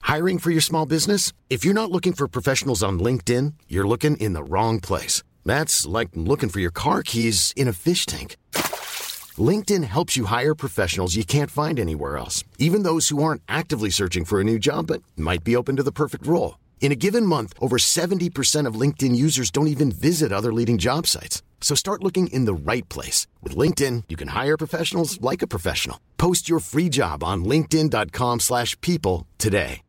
Hiring for your small business? If you're not looking for professionals on LinkedIn, you're looking in the wrong place. That's like looking for your car keys in a fish tank. LinkedIn helps you hire professionals you can't find anywhere else, even those who aren't actively searching for a new job but might be open to the perfect role. In a given month, over 70% of LinkedIn users don't even visit other leading job sites. So start looking in the right place. With LinkedIn, you can hire professionals like a professional. Post your free job on linkedin.com/people today.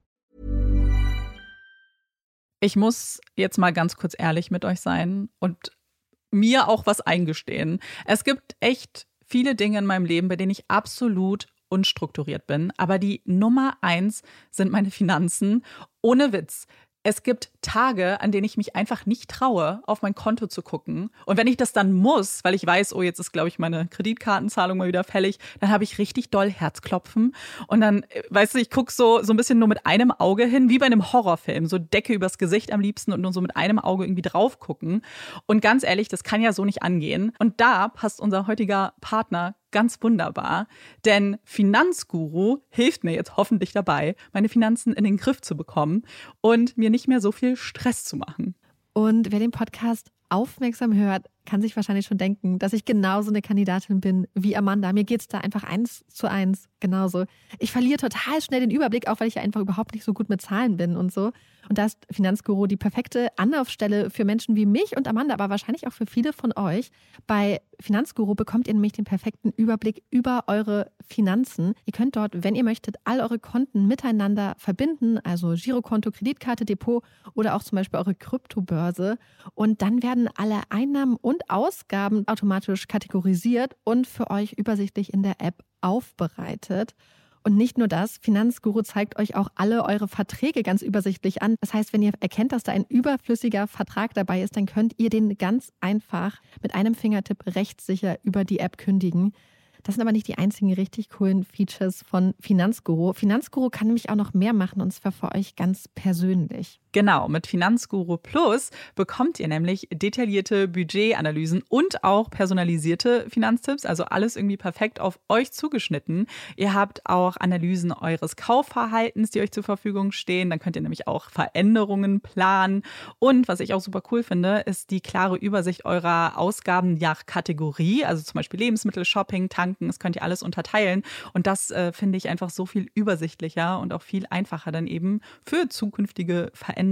Ich muss jetzt mal ganz kurz ehrlich mit euch sein und mir auch was eingestehen. Es gibt echt viele Dinge in meinem Leben, bei denen ich absolut unstrukturiert bin. Aber die Nummer 1 sind meine Finanzen. Ohne Witz. Es gibt Tage, an denen ich mich einfach nicht traue, auf mein Konto zu gucken. Und wenn ich das dann muss, weil ich weiß, oh, jetzt ist, glaube ich, meine Kreditkartenzahlung mal wieder fällig, dann habe ich richtig doll Herzklopfen. Und dann, weißt du, ich gucke so ein bisschen nur mit einem Auge hin, wie bei einem Horrorfilm. So Decke übers Gesicht am liebsten und nur so mit einem Auge irgendwie drauf gucken. Und ganz ehrlich, das kann ja so nicht angehen. Und da passt unser heutiger Partner ganz wunderbar, denn Finanzguru hilft mir jetzt hoffentlich dabei, meine Finanzen in den Griff zu bekommen und mir nicht mehr so viel Stress zu machen. Und wer den Podcast aufmerksam hört, kann sich wahrscheinlich schon denken, dass ich genauso eine Kandidatin bin wie Amanda. Mir geht's da einfach 1:1 genauso. Ich verliere total schnell den Überblick, auch weil ich ja einfach überhaupt nicht so gut mit Zahlen bin und so. Und da ist Finanzguru die perfekte Anlaufstelle für Menschen wie mich und Amanda, aber wahrscheinlich auch für viele von euch. Bei Finanzguru bekommt ihr nämlich den perfekten Überblick über eure Finanzen. Ihr könnt dort, wenn ihr möchtet, all eure Konten miteinander verbinden, also Girokonto, Kreditkarte, Depot oder auch zum Beispiel eure Kryptobörse. Und dann werden alle Einnahmen und Ausgaben automatisch kategorisiert und für euch übersichtlich in der App aufbereitet. Und nicht nur das, Finanzguru zeigt euch auch alle eure Verträge ganz übersichtlich an. Das heißt, wenn ihr erkennt, dass da ein überflüssiger Vertrag dabei ist, dann könnt ihr den ganz einfach mit einem Fingertipp rechtssicher über die App kündigen. Das sind aber nicht die einzigen richtig coolen Features von Finanzguru. Finanzguru kann nämlich auch noch mehr machen, und zwar für euch ganz persönlich. Genau, mit Finanzguru Plus bekommt ihr nämlich detaillierte Budgetanalysen und auch personalisierte Finanztipps, also alles irgendwie perfekt auf euch zugeschnitten. Ihr habt auch Analysen eures Kaufverhaltens, die euch zur Verfügung stehen. Dann könnt ihr nämlich auch Veränderungen planen. Und was ich auch super cool finde, ist die klare Übersicht eurer Ausgaben nach Kategorie, also zum Beispiel Lebensmittel, Shopping, Tanken, das könnt ihr alles unterteilen. Und das finde ich einfach so viel übersichtlicher und auch viel einfacher dann eben für zukünftige Veränderungen.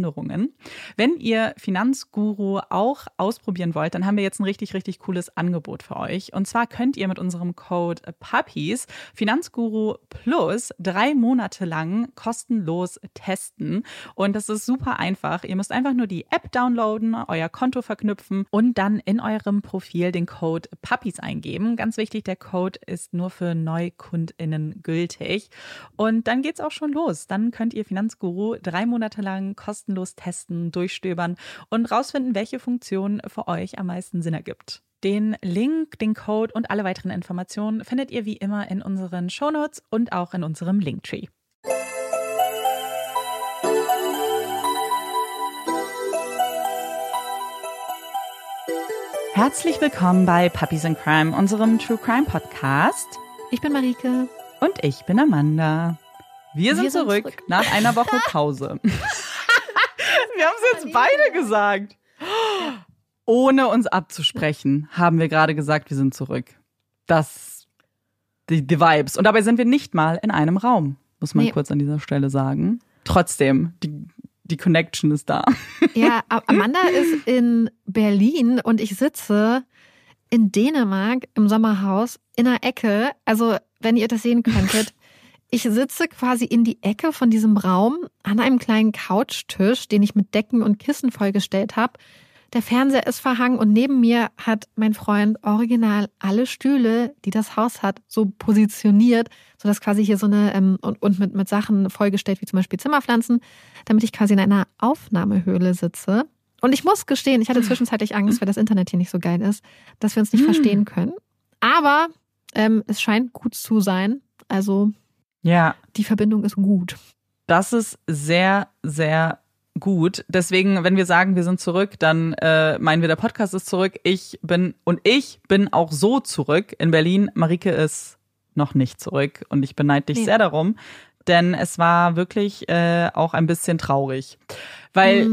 Wenn ihr Finanzguru auch ausprobieren wollt, dann haben wir jetzt ein richtig, richtig cooles Angebot für euch. Und zwar könnt ihr mit unserem Code PUPPIES Finanzguru Plus 3 Monate lang kostenlos testen. Und das ist super einfach. Ihr müsst einfach nur die App downloaden, euer Konto verknüpfen und dann in eurem Profil den Code PUPPIES eingeben. Ganz wichtig, der Code ist nur für NeukundInnen gültig. Und dann geht's auch schon los. Dann könnt ihr Finanzguru 3 Monate lang kostenlos testen, durchstöbern und rausfinden, welche Funktion für euch am meisten Sinn ergibt. Den Link, den Code und alle weiteren Informationen findet ihr wie immer in unseren Shownotes und auch in unserem Linktree. Herzlich willkommen bei Puppies in Crime, unserem True Crime Podcast. Ich bin Marike. Und ich bin Amanda. Wir sind zurück nach einer Woche Pause. Wir haben es jetzt beide gesagt. Ohne uns abzusprechen, haben wir gerade gesagt, wir sind zurück. Die Vibes. Und dabei sind wir nicht mal in einem Raum, muss man kurz an dieser Stelle sagen. Trotzdem, die Connection ist da. Ja, Amanda ist in Berlin und ich sitze in Dänemark im Sommerhaus in einer Ecke. Also, wenn ihr das sehen könntet, ich sitze quasi in die Ecke von diesem Raum an einem kleinen Couchtisch, den ich mit Decken und Kissen vollgestellt habe. Der Fernseher ist verhangen und neben mir hat mein Freund original alle Stühle, die das Haus hat, so positioniert, sodass quasi hier so eine und mit Sachen vollgestellt, wie zum Beispiel Zimmerpflanzen, damit ich quasi in einer Aufnahmehöhle sitze. Und ich muss gestehen, ich hatte zwischenzeitlich Angst, weil das Internet hier nicht so geil ist, dass wir uns nicht verstehen können. Aber es scheint gut zu sein. Also ja, die Verbindung ist gut. Das ist sehr, sehr gut. Deswegen, wenn wir sagen, wir sind zurück, dann meinen wir, der Podcast ist zurück. Ich bin auch so zurück in Berlin. Marike ist noch nicht zurück und ich beneide dich sehr darum. denn es war wirklich auch ein bisschen traurig. Weil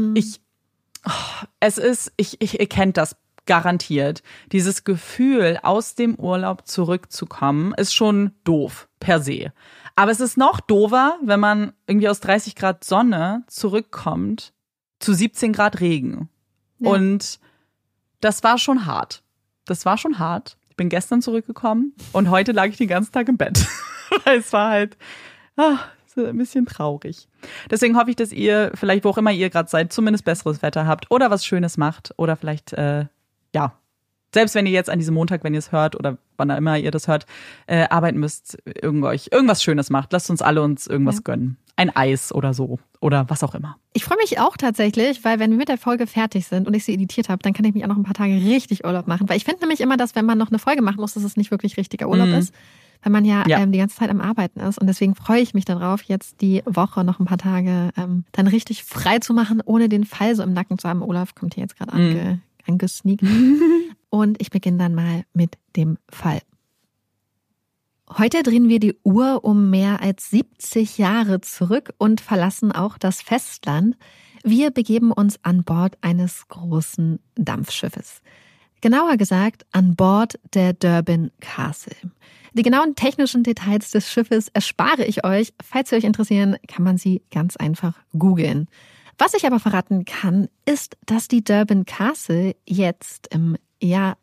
ihr kennt das garantiert. Dieses Gefühl, aus dem Urlaub zurückzukommen, ist schon doof per se. Aber es ist noch doofer, wenn man irgendwie aus 30 Grad Sonne zurückkommt zu 17 Grad Regen. Ja. Und das war schon hart. Ich bin gestern zurückgekommen und heute lag ich den ganzen Tag im Bett. Weil es war halt ein bisschen traurig. Deswegen hoffe ich, dass ihr vielleicht, wo auch immer ihr gerade seid, zumindest besseres Wetter habt oder was Schönes macht oder vielleicht selbst wenn ihr jetzt an diesem Montag, wenn ihr es hört oder wann immer ihr das hört, arbeiten müsst, irgendwas Schönes macht. Lasst uns alle irgendwas gönnen. Ein Eis oder so oder was auch immer. Ich freue mich auch tatsächlich, weil wenn wir mit der Folge fertig sind und ich sie editiert habe, dann kann ich mich auch noch ein paar Tage richtig Urlaub machen. Weil ich finde nämlich immer, dass wenn man noch eine Folge machen muss, dass es nicht wirklich richtiger Urlaub ist. Weil man ja die ganze Zeit am Arbeiten ist. Und deswegen freue ich mich darauf, jetzt die Woche noch ein paar Tage dann richtig frei zu machen, ohne den Fall so im Nacken zu haben. Olaf kommt hier jetzt gerade angesneakt. Und ich beginne dann mal mit dem Fall. Heute drehen wir die Uhr um mehr als 70 Jahre zurück und verlassen auch das Festland. Wir begeben uns an Bord eines großen Dampfschiffes. Genauer gesagt an Bord der Durbin Castle. Die genauen technischen Details des Schiffes erspare ich euch. Falls sie euch interessieren, kann man sie ganz einfach googeln. Was ich aber verraten kann, ist, dass die Durbin Castle jetzt im Jahr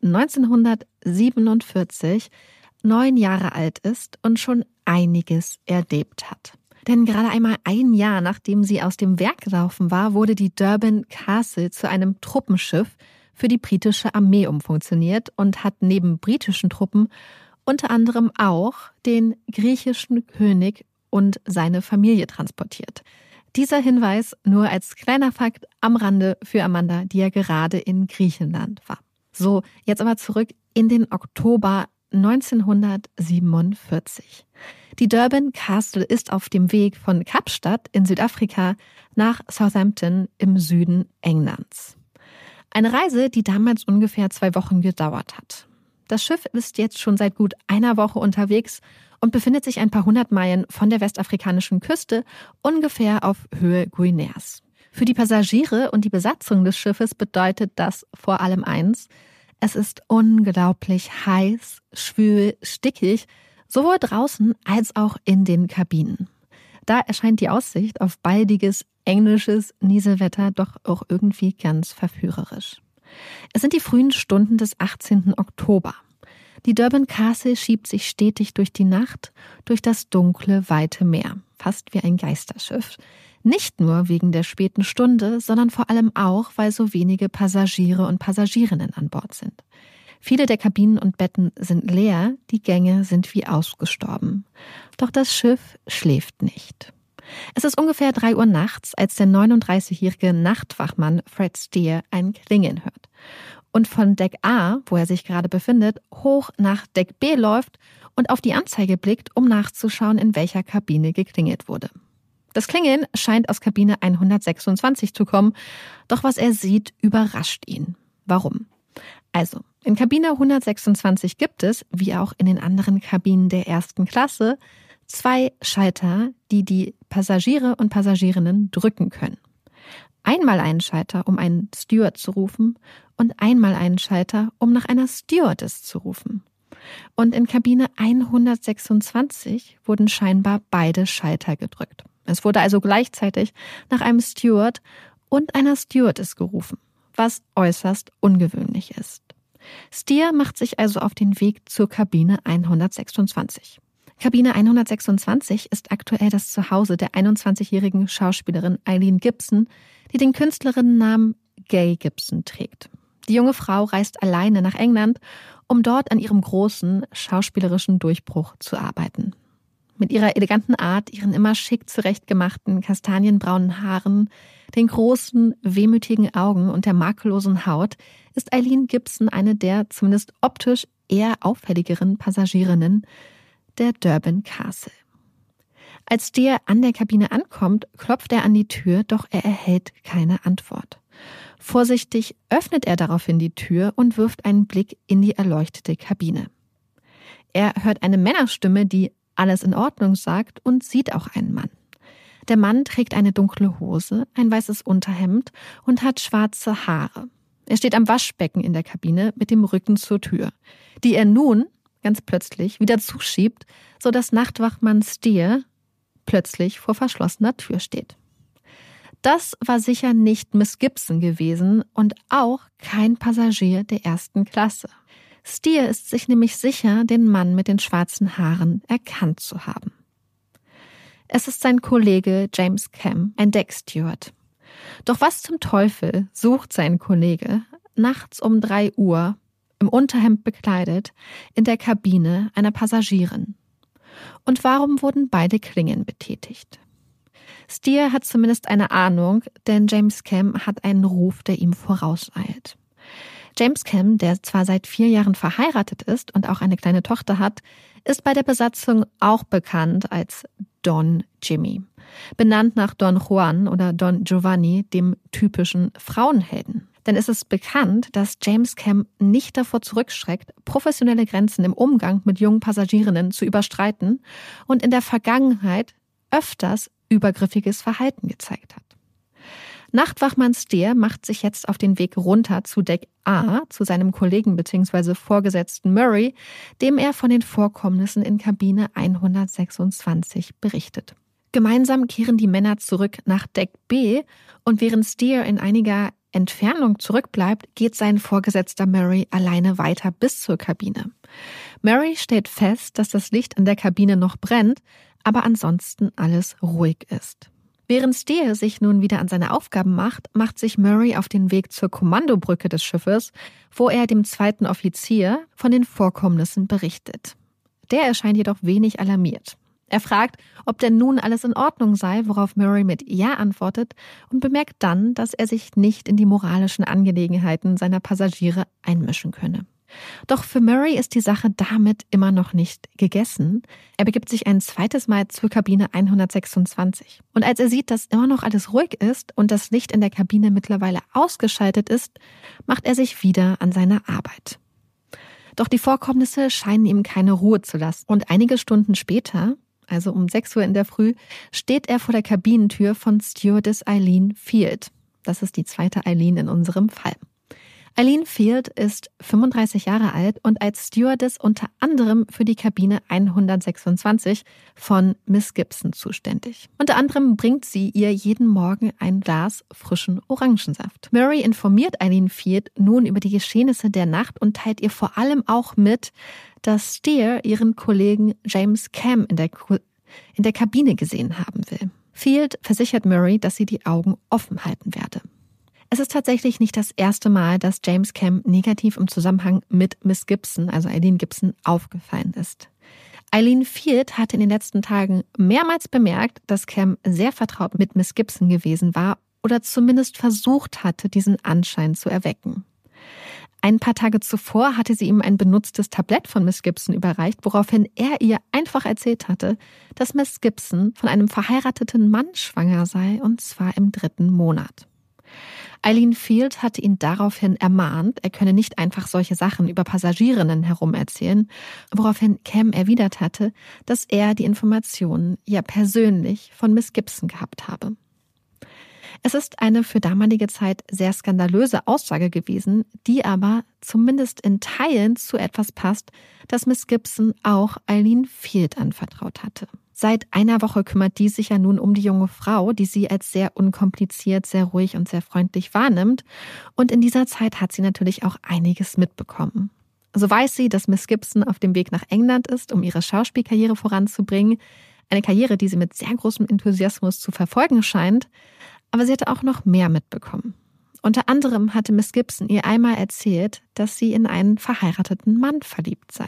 1947 9 Jahre alt ist und schon einiges erlebt hat. Denn gerade einmal ein Jahr nachdem sie aus dem Werk gelaufen war, wurde die Durbin Castle zu einem Truppenschiff für die britische Armee umfunktioniert und hat neben britischen Truppen unter anderem auch den griechischen König und seine Familie transportiert. Dieser Hinweis nur als kleiner Fakt am Rande für Amanda, die ja gerade in Griechenland war. So, jetzt aber zurück in den Oktober 1947. Die Durbin Castle ist auf dem Weg von Kapstadt in Südafrika nach Southampton im Süden Englands. Eine Reise, die damals ungefähr 2 Wochen gedauert hat. Das Schiff ist jetzt schon seit gut einer Woche unterwegs und befindet sich ein paar 100 Meilen von der westafrikanischen Küste, ungefähr auf Höhe Guineas. Für die Passagiere und die Besatzung des Schiffes bedeutet das vor allem eins: Es ist unglaublich heiß, schwül, stickig, sowohl draußen als auch in den Kabinen. Da erscheint die Aussicht auf baldiges englisches Nieselwetter doch auch irgendwie ganz verführerisch. Es sind die frühen Stunden des 18. Oktober. Die Durbin Castle schiebt sich stetig durch die Nacht, durch das dunkle, weite Meer, fast wie ein Geisterschiff. Nicht nur wegen der späten Stunde, sondern vor allem auch, weil so wenige Passagiere und Passagierinnen an Bord sind. Viele der Kabinen und Betten sind leer, die Gänge sind wie ausgestorben. Doch das Schiff schläft nicht. Es ist ungefähr 3 Uhr nachts, als der 39-jährige Nachtwachmann Fred Steer ein Klingeln hört und von Deck A, wo er sich gerade befindet, hoch nach Deck B läuft und auf die Anzeige blickt, um nachzuschauen, in welcher Kabine geklingelt wurde. Das Klingeln scheint aus Kabine 126 zu kommen, doch was er sieht, überrascht ihn. Warum? Also, in Kabine 126 gibt es, wie auch in den anderen Kabinen der 1. Klasse, 2 Schalter, die die Passagiere und Passagierinnen drücken können. Einmal einen Schalter, um einen Steward zu rufen, und einmal einen Schalter, um nach einer Stewardess zu rufen. Und in Kabine 126 wurden scheinbar beide Schalter gedrückt. Es wurde also gleichzeitig nach einem Steward und einer Stewardess gerufen, was äußerst ungewöhnlich ist. Steer macht sich also auf den Weg zur Kabine 126. Kabine 126 ist aktuell das Zuhause der 21-jährigen Schauspielerin Eileen Gibson, die den Künstlerinnennamen Gaye Gibson trägt. Die junge Frau reist alleine nach England, um dort an ihrem großen schauspielerischen Durchbruch zu arbeiten. Mit ihrer eleganten Art, ihren immer schick zurechtgemachten kastanienbraunen Haaren, den großen, wehmütigen Augen und der makellosen Haut ist Eileen Gibson eine der, zumindest optisch, eher auffälligeren Passagierinnen der Durbin Castle. Als Steer an der Kabine ankommt, klopft er an die Tür, doch er erhält keine Antwort. Vorsichtig öffnet er daraufhin die Tür und wirft einen Blick in die erleuchtete Kabine. Er hört eine Männerstimme, die alles in Ordnung sagt und sieht auch einen Mann. Der Mann trägt eine dunkle Hose, ein weißes Unterhemd und hat schwarze Haare. Er steht am Waschbecken in der Kabine mit dem Rücken zur Tür, die er nun ganz plötzlich wieder zuschiebt, sodass Nachtwachmann Steer plötzlich vor verschlossener Tür steht. Das war sicher nicht Miss Gibson gewesen und auch kein Passagier der 1. Klasse. Steer ist sich nämlich sicher, den Mann mit den schwarzen Haaren erkannt zu haben. Es ist sein Kollege James Cam, ein Decksteward. Doch was zum Teufel sucht sein Kollege nachts um 3 Uhr, im Unterhemd bekleidet, in der Kabine einer Passagierin? Und warum wurden beide Klingen betätigt? Steer hat zumindest eine Ahnung, denn James Cam hat einen Ruf, der ihm vorauseilt. James Cam, der zwar seit 4 Jahren verheiratet ist und auch eine kleine Tochter hat, ist bei der Besatzung auch bekannt als Don Jimmy, benannt nach Don Juan oder Don Giovanni, dem typischen Frauenhelden. Denn es ist bekannt, dass James Cam nicht davor zurückschreckt, professionelle Grenzen im Umgang mit jungen Passagierinnen zu überschreiten und in der Vergangenheit öfters übergriffiges Verhalten gezeigt hat. Nachtwachmann Steer macht sich jetzt auf den Weg runter zu Deck A, zu seinem Kollegen bzw. Vorgesetzten Murray, dem er von den Vorkommnissen in Kabine 126 berichtet. Gemeinsam kehren die Männer zurück nach Deck B und während Steer in einiger Entfernung zurückbleibt, geht sein Vorgesetzter Murray alleine weiter bis zur Kabine. Murray stellt fest, dass das Licht in der Kabine noch brennt, aber ansonsten alles ruhig ist. Während Steer sich nun wieder an seine Aufgaben macht, macht sich Murray auf den Weg zur Kommandobrücke des Schiffes, wo er dem 2. Offizier von den Vorkommnissen berichtet. Der erscheint jedoch wenig alarmiert. Er fragt, ob denn nun alles in Ordnung sei, worauf Murray mit Ja antwortet und bemerkt dann, dass er sich nicht in die moralischen Angelegenheiten seiner Passagiere einmischen könne. Doch für Murray ist die Sache damit immer noch nicht gegessen. Er begibt sich ein zweites Mal zur Kabine 126. Und als er sieht, dass immer noch alles ruhig ist und das Licht in der Kabine mittlerweile ausgeschaltet ist, macht er sich wieder an seine Arbeit. Doch die Vorkommnisse scheinen ihm keine Ruhe zu lassen. Und einige Stunden später, also um 6 Uhr in der Früh, steht er vor der Kabinentür von Stewardess Eileen Field. Das ist die 2. Eileen in unserem Fall. Eileen Field ist 35 Jahre alt und als Stewardess unter anderem für die Kabine 126 von Miss Gibson zuständig. Unter anderem bringt sie ihr jeden Morgen ein Glas frischen Orangensaft. Murray informiert Eileen Field nun über die Geschehnisse der Nacht und teilt ihr vor allem auch mit, dass Steer ihren Kollegen James Cam in der Kabine gesehen haben will. Field versichert Murray, dass sie die Augen offen halten werde. Es ist tatsächlich nicht das erste Mal, dass James Cam negativ im Zusammenhang mit Miss Gibson, also Eileen Gibson, aufgefallen ist. Eileen Field hatte in den letzten Tagen mehrmals bemerkt, dass Cam sehr vertraut mit Miss Gibson gewesen war oder zumindest versucht hatte, diesen Anschein zu erwecken. Ein paar Tage zuvor hatte sie ihm ein benutztes Tablett von Miss Gibson überreicht, woraufhin er ihr einfach erzählt hatte, dass Miss Gibson von einem verheirateten Mann schwanger sei, und zwar im 3. Monat. Eileen Field hatte ihn daraufhin ermahnt, er könne nicht einfach solche Sachen über Passagierinnen herum erzählen, woraufhin Cam erwidert hatte, dass er die Informationen ja persönlich von Miss Gibson gehabt habe. Es ist eine für damalige Zeit sehr skandalöse Aussage gewesen, die aber zumindest in Teilen zu etwas passt, das Miss Gibson auch Eileen Field anvertraut hatte. Seit einer Woche kümmert die sich ja nun um die junge Frau, die sie als sehr unkompliziert, sehr ruhig und sehr freundlich wahrnimmt. Und in dieser Zeit hat sie natürlich auch einiges mitbekommen. So weiß sie, dass Miss Gibson auf dem Weg nach England ist, um ihre Schauspielkarriere voranzubringen. Eine Karriere, die sie mit sehr großem Enthusiasmus zu verfolgen scheint. Aber sie hatte auch noch mehr mitbekommen. Unter anderem hatte Miss Gibson ihr einmal erzählt, dass sie in einen verheirateten Mann verliebt sei.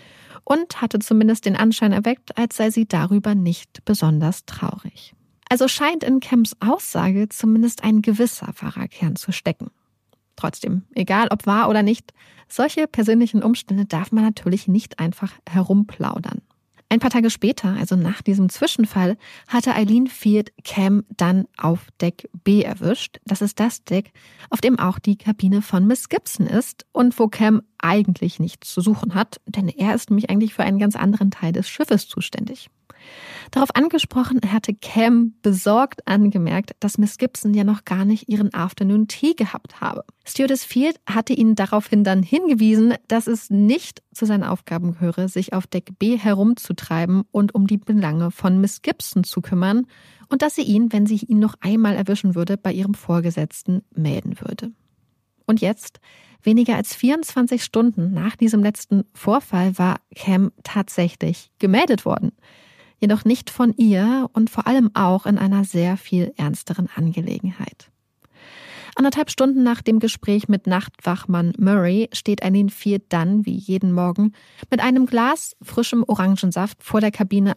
Und hatte zumindest den Anschein erweckt, als sei sie darüber nicht besonders traurig. Also scheint in Cams Aussage zumindest ein gewisser wahrer Kern zu stecken. Trotzdem, egal ob wahr oder nicht, solche persönlichen Umstände darf man natürlich nicht einfach herumplaudern. Ein paar Tage später, also nach diesem Zwischenfall, hatte Eileen Field Cam dann auf Deck B erwischt. Das ist das Deck, auf dem auch die Kabine von Miss Gibson ist und wo Cam eigentlich nichts zu suchen hat, denn er ist nämlich eigentlich für einen ganz anderen Teil des Schiffes zuständig. Darauf angesprochen hatte Cam besorgt angemerkt, dass Miss Gibson ja noch gar nicht ihren Afternoon Tea gehabt habe. Stewardess Field hatte ihn daraufhin dann hingewiesen, dass es nicht zu seinen Aufgaben gehöre, sich auf Deck B herumzutreiben und um die Belange von Miss Gibson zu kümmern und dass sie ihn, wenn sie ihn noch einmal erwischen würde, bei ihrem Vorgesetzten melden würde. Und jetzt, weniger als 24 Stunden nach diesem letzten Vorfall, war Cam tatsächlich gemeldet worden. Jedoch nicht von ihr und vor allem auch in einer sehr viel ernsteren Angelegenheit. 1,5 Stunden nach dem Gespräch mit Nachtwachmann Murray steht Eileen Field dann, wie jeden Morgen, mit einem Glas frischem Orangensaft vor der Kabine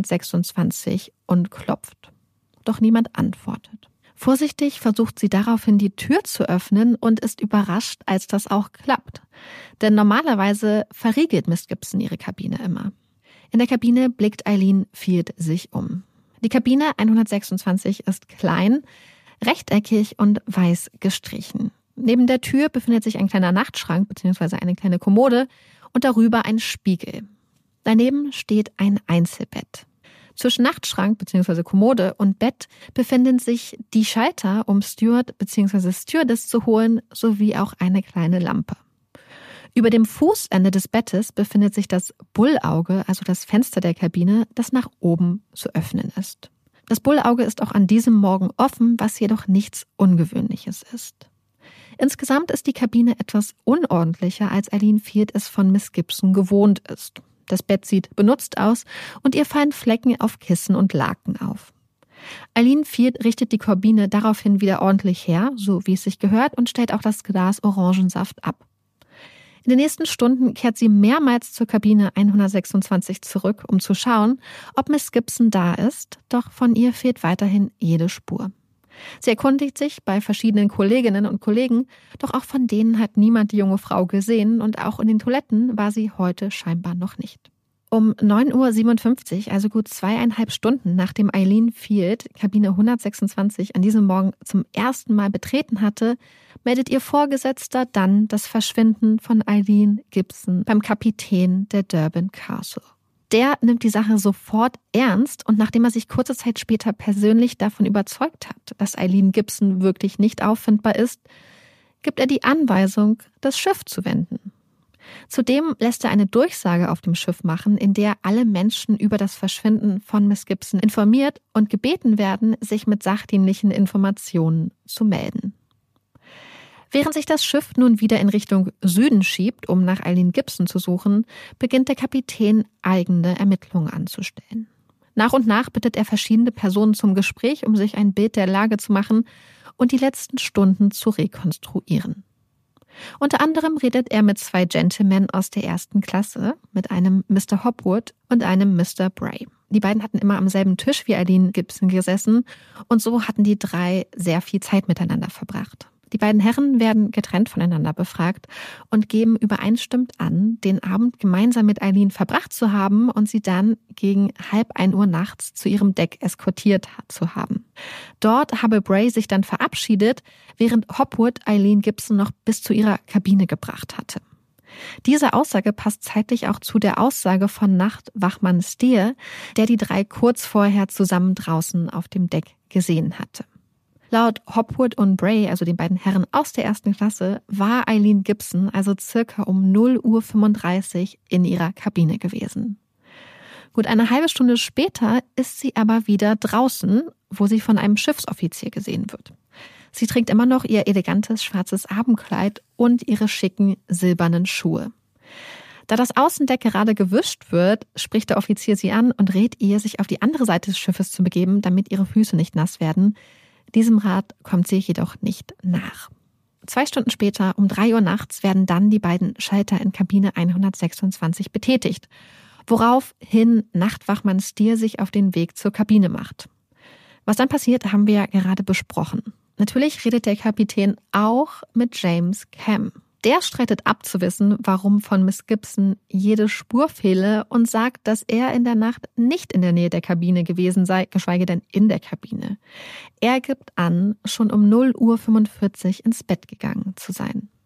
126 und klopft. Doch niemand antwortet. Vorsichtig versucht sie daraufhin, die Tür zu öffnen und ist überrascht, als das auch klappt. Denn normalerweise verriegelt Miss Gibson ihre Kabine immer. In der Kabine blickt Eileen Field sich um. Die Kabine 126 ist klein, rechteckig und weiß gestrichen. Neben der Tür befindet sich ein kleiner Nachtschrank bzw. eine kleine Kommode und darüber ein Spiegel. Daneben steht ein Einzelbett. Zwischen Nachtschrank bzw. Kommode und Bett befinden sich die Schalter, um Steward bzw. Stewardess zu holen, sowie auch eine kleine Lampe. Über dem Fußende des Bettes befindet sich das Bullauge, also das Fenster der Kabine, das nach oben zu öffnen ist. Das Bullauge ist auch an diesem Morgen offen, was jedoch nichts Ungewöhnliches ist. Insgesamt ist die Kabine etwas unordentlicher, als Eileen Field es von Miss Gibson gewohnt ist. Das Bett sieht benutzt aus und ihr fallen Flecken auf Kissen und Laken auf. Eileen Field richtet die Kabine daraufhin wieder ordentlich her, so wie es sich gehört, und stellt auch das Glas Orangensaft ab. In den nächsten Stunden kehrt sie mehrmals zur Kabine 126 zurück, um zu schauen, ob Miss Gibson da ist, doch von ihr fehlt weiterhin jede Spur. Sie erkundigt sich bei verschiedenen Kolleginnen und Kollegen, doch auch von denen hat niemand die junge Frau gesehen und auch in den Toiletten war sie heute scheinbar noch nicht. Um 9:57 Uhr, also gut 2,5 Stunden, nachdem Eileen Field Kabine 126 an diesem Morgen zum ersten Mal betreten hatte, meldet ihr Vorgesetzter dann das Verschwinden von Eileen Gibson beim Kapitän der Durban Castle. Der nimmt die Sache sofort ernst und nachdem er sich kurze Zeit später persönlich davon überzeugt hat, dass Eileen Gibson wirklich nicht auffindbar ist, gibt er die Anweisung, das Schiff zu wenden. Zudem lässt er eine Durchsage auf dem Schiff machen, in der alle Menschen über das Verschwinden von Miss Gibson informiert und gebeten werden, sich mit sachdienlichen Informationen zu melden. Während sich das Schiff nun wieder in Richtung Süden schiebt, um nach Eileen Gibson zu suchen, beginnt der Kapitän eigene Ermittlungen anzustellen. Nach und nach bittet er verschiedene Personen zum Gespräch, um sich ein Bild der Lage zu machen und die letzten Stunden zu rekonstruieren. Unter anderem redet er mit 2 Gentlemen aus der 1. Klasse, mit einem Mr. Hopwood und einem Mr. Bray. Die beiden hatten immer am selben Tisch wie Eileen Gibson gesessen und so hatten die 3 sehr viel Zeit miteinander verbracht. Die beiden Herren werden getrennt voneinander befragt und geben übereinstimmend an, den Abend gemeinsam mit Eileen verbracht zu haben und sie dann gegen 0:30 Uhr nachts zu ihrem Deck eskortiert zu haben. Dort habe Bray sich dann verabschiedet, während Hopwood Eileen Gibson noch bis zu ihrer Kabine gebracht hatte. Diese Aussage passt zeitlich auch zu der Aussage von Nachtwachmann Steer, der die 3 kurz vorher zusammen draußen auf dem Deck gesehen hatte. Laut Hopwood und Bray, also den beiden Herren aus der 1. Klasse, war Eileen Gibson also circa um 0:35 Uhr in ihrer Kabine gewesen. Gut eine halbe Stunde später ist sie aber wieder draußen, wo sie von einem Schiffsoffizier gesehen wird. Sie trägt immer noch ihr elegantes schwarzes Abendkleid und ihre schicken silbernen Schuhe. Da das Außendeck gerade gewischt wird, spricht der Offizier sie an und rät ihr, sich auf die andere Seite des Schiffes zu begeben, damit ihre Füße nicht nass werden. Diesem Rat kommt sie jedoch nicht nach. 2 Stunden später, um 3 Uhr nachts, werden dann die beiden Schalter in Kabine 126 betätigt, woraufhin Nachtwachmann Steer sich auf den Weg zur Kabine macht. Was dann passiert, haben wir ja gerade besprochen. Natürlich redet der Kapitän auch mit James Cam. Der streitet ab zu wissen, warum von Miss Gibson jede Spur fehle und sagt, dass er in der Nacht nicht in der Nähe der Kabine gewesen sei, geschweige denn in der Kabine. Er gibt an, schon um 0:45 Uhr ins Bett gegangen zu sein.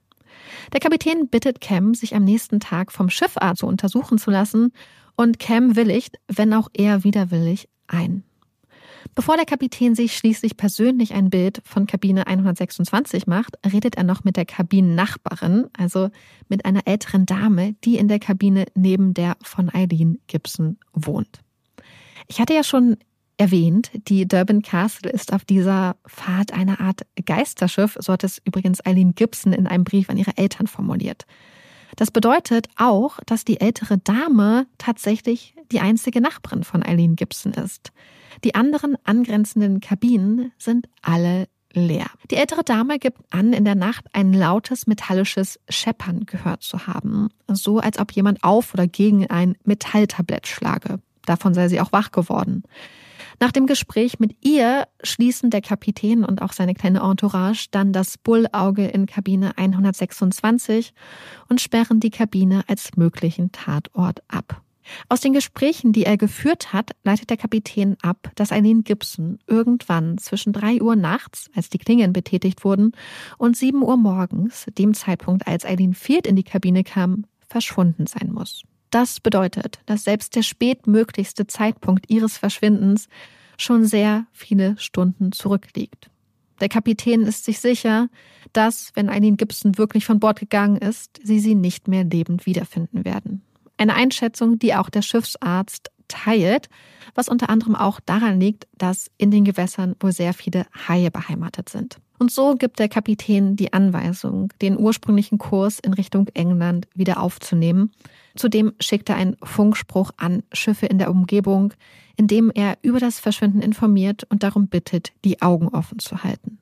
Der Kapitän bittet Cam, sich am nächsten Tag vom Schiffarzt untersuchen zu lassen, und Cam willigt, wenn auch eher widerwillig, ein. Bevor der Kapitän sich schließlich persönlich ein Bild von Kabine 126 macht, redet er noch mit der Kabinennachbarin, also mit einer älteren Dame, die in der Kabine neben der von Eileen Gibson wohnt. Ich hatte ja schon erwähnt, die Durbin Castle ist auf dieser Fahrt eine Art Geisterschiff, so hat es übrigens Eileen Gibson in einem Brief an ihre Eltern formuliert. Das bedeutet auch, dass die ältere Dame tatsächlich die einzige Nachbarin von Eileen Gibson ist. Die anderen angrenzenden Kabinen sind alle leer. Die ältere Dame gibt an, in der Nacht ein lautes metallisches Scheppern gehört zu haben, so als ob jemand auf oder gegen ein Metalltablett schlage. Davon sei sie auch wach geworden. Nach dem Gespräch mit ihr schließen der Kapitän und auch seine kleine Entourage dann das Bullauge in Kabine 126 und sperren die Kabine als möglichen Tatort ab. Aus den Gesprächen, die er geführt hat, leitet der Kapitän ab, dass Eileen Gibson irgendwann zwischen 3 Uhr nachts, als die Klingeln betätigt wurden, und 7 Uhr morgens, dem Zeitpunkt, als Eileen Field in die Kabine kam, verschwunden sein muss. Das bedeutet, dass selbst der spätmöglichste Zeitpunkt ihres Verschwindens schon sehr viele Stunden zurückliegt. Der Kapitän ist sich sicher, dass, wenn Eileen Gibson wirklich von Bord gegangen ist, sie nicht mehr lebend wiederfinden werden. Eine Einschätzung, die auch der Schiffsarzt teilt, was unter anderem auch daran liegt, dass in den Gewässern wohl sehr viele Haie beheimatet sind. Und so gibt der Kapitän die Anweisung, den ursprünglichen Kurs in Richtung England wieder aufzunehmen. Zudem schickt er einen Funkspruch an Schiffe in der Umgebung, in dem er über das Verschwinden informiert und darum bittet, die Augen offen zu halten.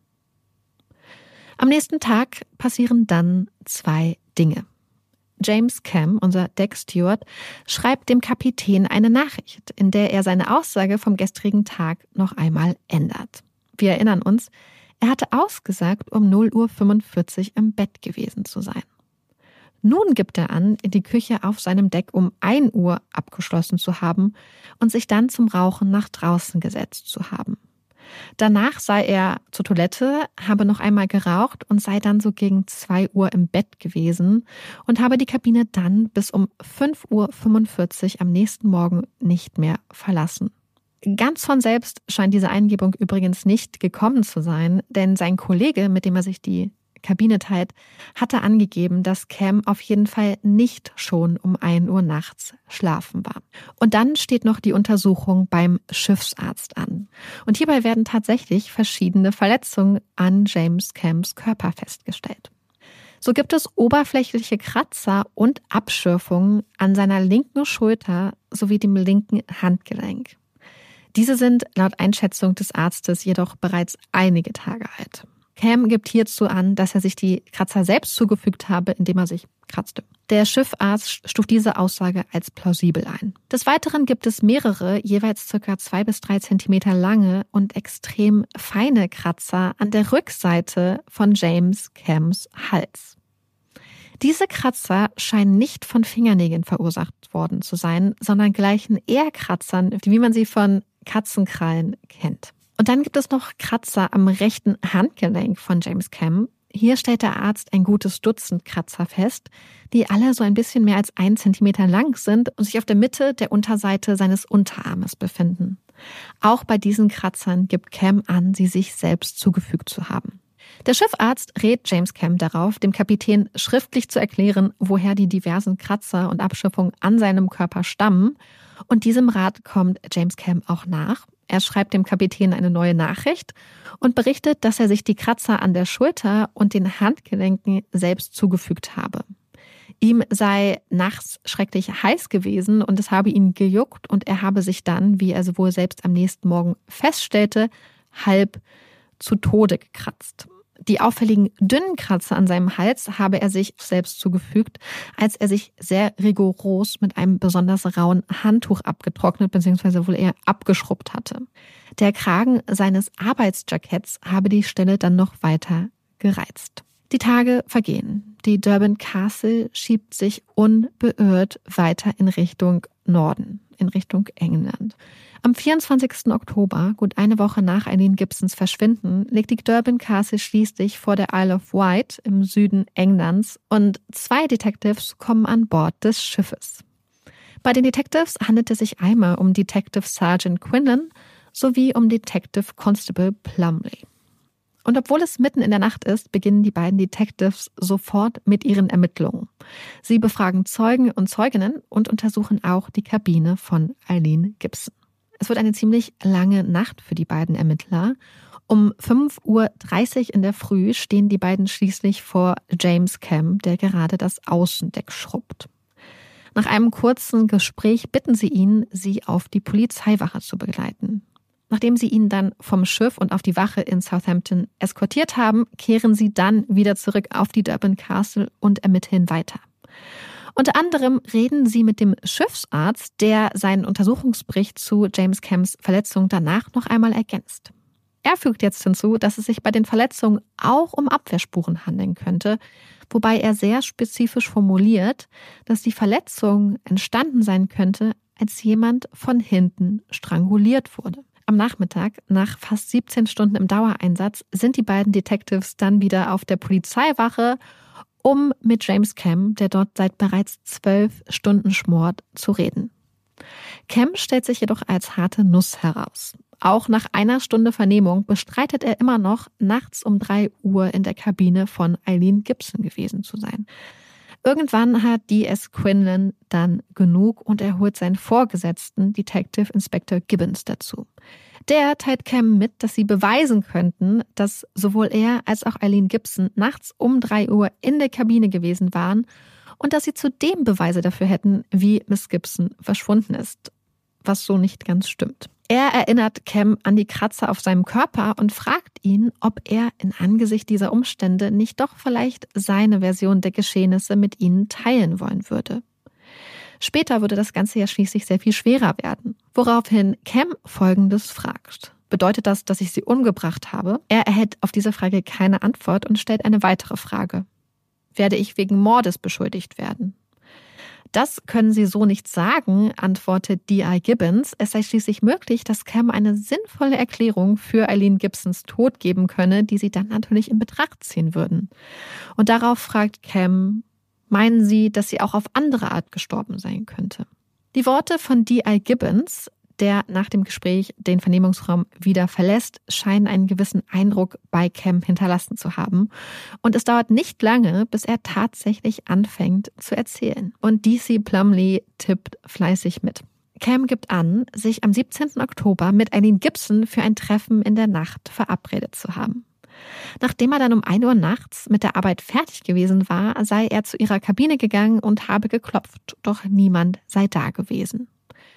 Am nächsten Tag passieren dann 2 Dinge. James Cam, unser Decksteward, schreibt dem Kapitän eine Nachricht, in der er seine Aussage vom gestrigen Tag noch einmal ändert. Wir erinnern uns, er hatte ausgesagt, um 0:45 Uhr im Bett gewesen zu sein. Nun gibt er an, in die Küche auf seinem Deck um 1 Uhr abgeschlossen zu haben und sich dann zum Rauchen nach draußen gesetzt zu haben. Danach sei er zur Toilette, habe noch einmal geraucht und sei dann so gegen 2 Uhr im Bett gewesen und habe die Kabine dann bis um 5:45 Uhr am nächsten Morgen nicht mehr verlassen. Ganz von selbst scheint diese Eingebung übrigens nicht gekommen zu sein, denn sein Kollege, mit dem er sich die Kabine teilt, hatte angegeben, dass Cam auf jeden Fall nicht schon um 1 Uhr nachts schlafen war. Und dann steht noch die Untersuchung beim Schiffsarzt an. Und hierbei werden tatsächlich verschiedene Verletzungen an James Cams Körper festgestellt. So gibt es oberflächliche Kratzer und Abschürfungen an seiner linken Schulter sowie dem linken Handgelenk. Diese sind laut Einschätzung des Arztes jedoch bereits einige Tage alt. Cam gibt hierzu an, dass er sich die Kratzer selbst zugefügt habe, indem er sich kratzte. Der Schiffarzt stuft diese Aussage als plausibel ein. Des Weiteren gibt es mehrere, jeweils ca. 2 bis 3 Zentimeter lange und extrem feine Kratzer an der Rückseite von James Cams Hals. Diese Kratzer scheinen nicht von Fingernägeln verursacht worden zu sein, sondern gleichen eher Kratzern, wie man sie von Katzenkrallen kennt. Und dann gibt es noch Kratzer am rechten Handgelenk von James Cam. Hier stellt der Arzt ein gutes Dutzend Kratzer fest, die alle so ein bisschen mehr als 1 Zentimeter lang sind und sich auf der Mitte der Unterseite seines Unterarmes befinden. Auch bei diesen Kratzern gibt Cam an, sie sich selbst zugefügt zu haben. Der Schiffarzt rät James Cam darauf, dem Kapitän schriftlich zu erklären, woher die diversen Kratzer und Abschürfungen an seinem Körper stammen. Und diesem Rat kommt James Cam auch nach. Er schreibt dem Kapitän eine neue Nachricht und berichtet, dass er sich die Kratzer an der Schulter und den Handgelenken selbst zugefügt habe. Ihm sei nachts schrecklich heiß gewesen und es habe ihn gejuckt und er habe sich dann, wie er wohl selbst am nächsten Morgen feststellte, halb zu Tode gekratzt. Die auffälligen dünnen Kratzer an seinem Hals habe er sich selbst zugefügt, als er sich sehr rigoros mit einem besonders rauen Handtuch abgetrocknet bzw. wohl eher abgeschrubbt hatte. Der Kragen seines Arbeitsjacketts habe die Stelle dann noch weiter gereizt. Die Tage vergehen. Die Durbin Castle schiebt sich unbeirrt weiter in Richtung Norden in Richtung England. Am 24. Oktober, gut eine Woche nach Eileen Gibsons Verschwinden, liegt die Durbin Castle schließlich vor der Isle of Wight im Süden Englands und 2 Detectives kommen an Bord des Schiffes. Bei den Detectives handelt es sich einmal um Detective Sergeant Quinlan sowie um Detective Constable Plumley. Und obwohl es mitten in der Nacht ist, beginnen die beiden Detectives sofort mit ihren Ermittlungen. Sie befragen Zeugen und Zeuginnen und untersuchen auch die Kabine von Eileen Gibson. Es wird eine ziemlich lange Nacht für die beiden Ermittler. Um 5:30 Uhr in der Früh stehen die beiden schließlich vor James Cam, der gerade das Außendeck schrubbt. Nach einem kurzen Gespräch bitten sie ihn, sie auf die Polizeiwache zu begleiten. Nachdem sie ihn dann vom Schiff und auf die Wache in Southampton eskortiert haben, kehren sie dann wieder zurück auf die Durbin Castle und ermitteln weiter. Unter anderem reden sie mit dem Schiffsarzt, der seinen Untersuchungsbericht zu James Cams Verletzung danach noch einmal ergänzt. Er fügt jetzt hinzu, dass es sich bei den Verletzungen auch um Abwehrspuren handeln könnte, wobei er sehr spezifisch formuliert, dass die Verletzung entstanden sein könnte, als jemand von hinten stranguliert wurde. Am Nachmittag, nach fast 17 Stunden im Dauereinsatz, sind die beiden Detectives dann wieder auf der Polizeiwache, um mit James Cam, der dort seit bereits 12 Stunden schmort, zu reden. Cam stellt sich jedoch als harte Nuss heraus. Auch nach einer Stunde Vernehmung bestreitet er immer noch, nachts um 3 Uhr in der Kabine von Eileen Gibson gewesen zu sein. Irgendwann hat D.S. Quinlan dann genug und er holt seinen Vorgesetzten, Detective Inspector Gibbons, dazu. Der teilt Cam mit, dass sie beweisen könnten, dass sowohl er als auch Eileen Gibson nachts um 3 Uhr in der Kabine gewesen waren und dass sie zudem Beweise dafür hätten, wie Miss Gibson verschwunden ist, was so nicht ganz stimmt. Er erinnert Cam an die Kratzer auf seinem Körper und fragt ihn, ob er in Angesicht dieser Umstände nicht doch vielleicht seine Version der Geschehnisse mit ihnen teilen wollen würde. Später würde das Ganze ja schließlich sehr viel schwerer werden, woraufhin Cam Folgendes fragt. Bedeutet das, dass ich sie umgebracht habe? Er erhält auf diese Frage keine Antwort und stellt eine weitere Frage. Werde ich wegen Mordes beschuldigt werden? Das können Sie so nicht sagen, antwortet D.I. Gibbons. Es sei schließlich möglich, dass Cam eine sinnvolle Erklärung für Eileen Gibsons Tod geben könne, die Sie dann natürlich in Betracht ziehen würden. Und darauf fragt Cam, meinen Sie, dass sie auch auf andere Art gestorben sein könnte? Die Worte von D.I. Gibbons, der nach dem Gespräch den Vernehmungsraum wieder verlässt, scheinen einen gewissen Eindruck bei Cam hinterlassen zu haben. Und es dauert nicht lange, bis er tatsächlich anfängt zu erzählen. Und D.C. Plumley tippt fleißig mit. Cam gibt an, sich am 17. Oktober mit Eileen Gibson für ein Treffen in der Nacht verabredet zu haben. Nachdem er dann um 1 Uhr nachts mit der Arbeit fertig gewesen war, sei er zu ihrer Kabine gegangen und habe geklopft, doch niemand sei da gewesen.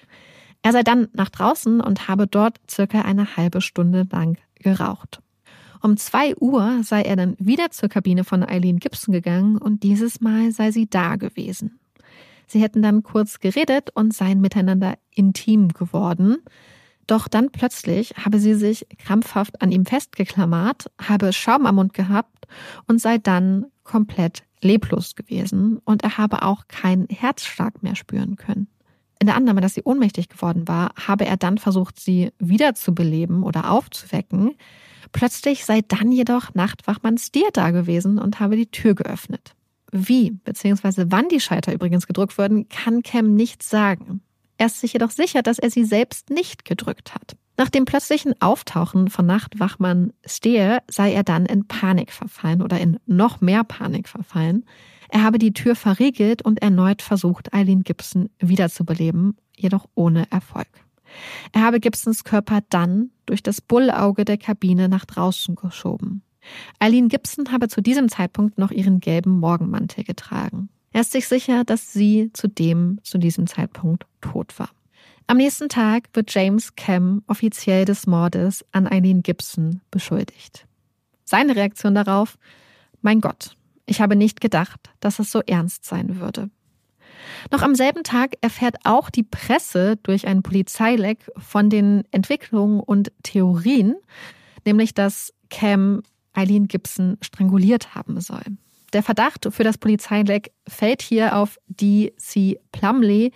Er sei dann nach draußen und habe dort circa eine halbe Stunde lang geraucht. Um 2 Uhr sei er dann wieder zur Kabine von Eileen Gibson gegangen und dieses Mal sei sie da gewesen. Sie hätten dann kurz geredet und seien miteinander intim geworden. Doch dann plötzlich habe sie sich krampfhaft an ihm festgeklammert, habe Schaum am Mund gehabt und sei dann komplett leblos gewesen und er habe auch keinen Herzschlag mehr spüren können. In der Annahme, dass sie ohnmächtig geworden war, habe er dann versucht, sie wiederzubeleben oder aufzuwecken. Plötzlich sei dann jedoch Nachtwachmann Steer da gewesen und habe die Tür geöffnet. Wie bzw. wann die Schalter übrigens gedrückt wurden, kann Cam nicht sagen. Er ist sich jedoch sicher, dass er sie selbst nicht gedrückt hat. Nach dem plötzlichen Auftauchen von Nachtwachmann Steer sei er dann in Panik verfallen oder in noch mehr Panik verfallen. Er habe die Tür verriegelt und erneut versucht, Eileen Gibson wiederzubeleben, jedoch ohne Erfolg. Er habe Gibsons Körper dann durch das Bullauge der Kabine nach draußen geschoben. Eileen Gibson habe zu diesem Zeitpunkt noch ihren gelben Morgenmantel getragen. Er ist sich sicher, dass sie zu diesem Zeitpunkt tot war. Am nächsten Tag wird James Cam offiziell des Mordes an Eileen Gibson beschuldigt. Seine Reaktion darauf: Mein Gott, ich habe nicht gedacht, dass es so ernst sein würde. Noch am selben Tag erfährt auch die Presse durch einen Polizeileck von den Entwicklungen und Theorien, nämlich dass Cam Eileen Gibson stranguliert haben soll. Der Verdacht für das Polizeileck fällt hier auf D.C. Plumley,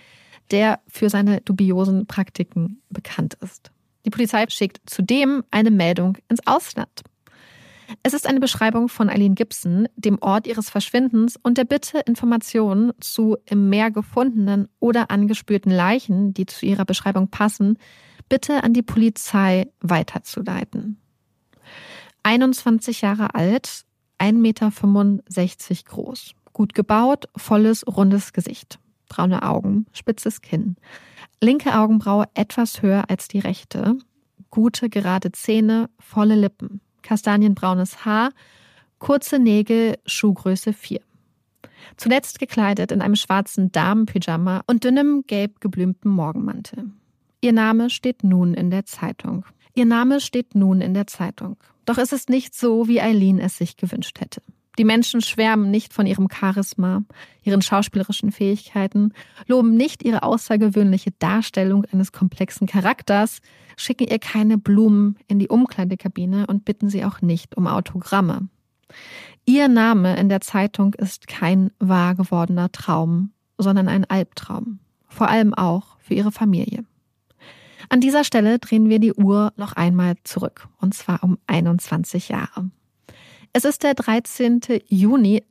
der für seine dubiosen Praktiken bekannt ist. Die Polizei schickt zudem eine Meldung ins Ausland. Es ist eine Beschreibung von Eileen Gibson, dem Ort ihres Verschwindens und der Bitte, Informationen zu im Meer gefundenen oder angespülten Leichen, die zu ihrer Beschreibung passen, bitte an die Polizei weiterzuleiten. 21 Jahre alt, 1,65 Meter groß, gut gebaut, volles, rundes Gesicht, braune Augen, spitzes Kinn, linke Augenbraue etwas höher als die rechte, gute, gerade Zähne, volle Lippen, kastanienbraunes Haar, kurze Nägel, Schuhgröße 4. Zuletzt gekleidet in einem schwarzen Damenpyjama und dünnem, gelb geblümten Morgenmantel. Ihr Name steht nun in der Zeitung. Doch es ist nicht so, wie Eileen es sich gewünscht hätte. Die Menschen schwärmen nicht von ihrem Charisma, ihren schauspielerischen Fähigkeiten, loben nicht ihre außergewöhnliche Darstellung eines komplexen Charakters, schicken ihr keine Blumen in die Umkleidekabine und bitten sie auch nicht um Autogramme. Ihr Name in der Zeitung ist kein wahr gewordener Traum, sondern ein Albtraum. Vor allem auch für ihre Familie. An dieser Stelle drehen wir die Uhr noch einmal zurück, und zwar um 21 Jahre. Es ist der 13. Juni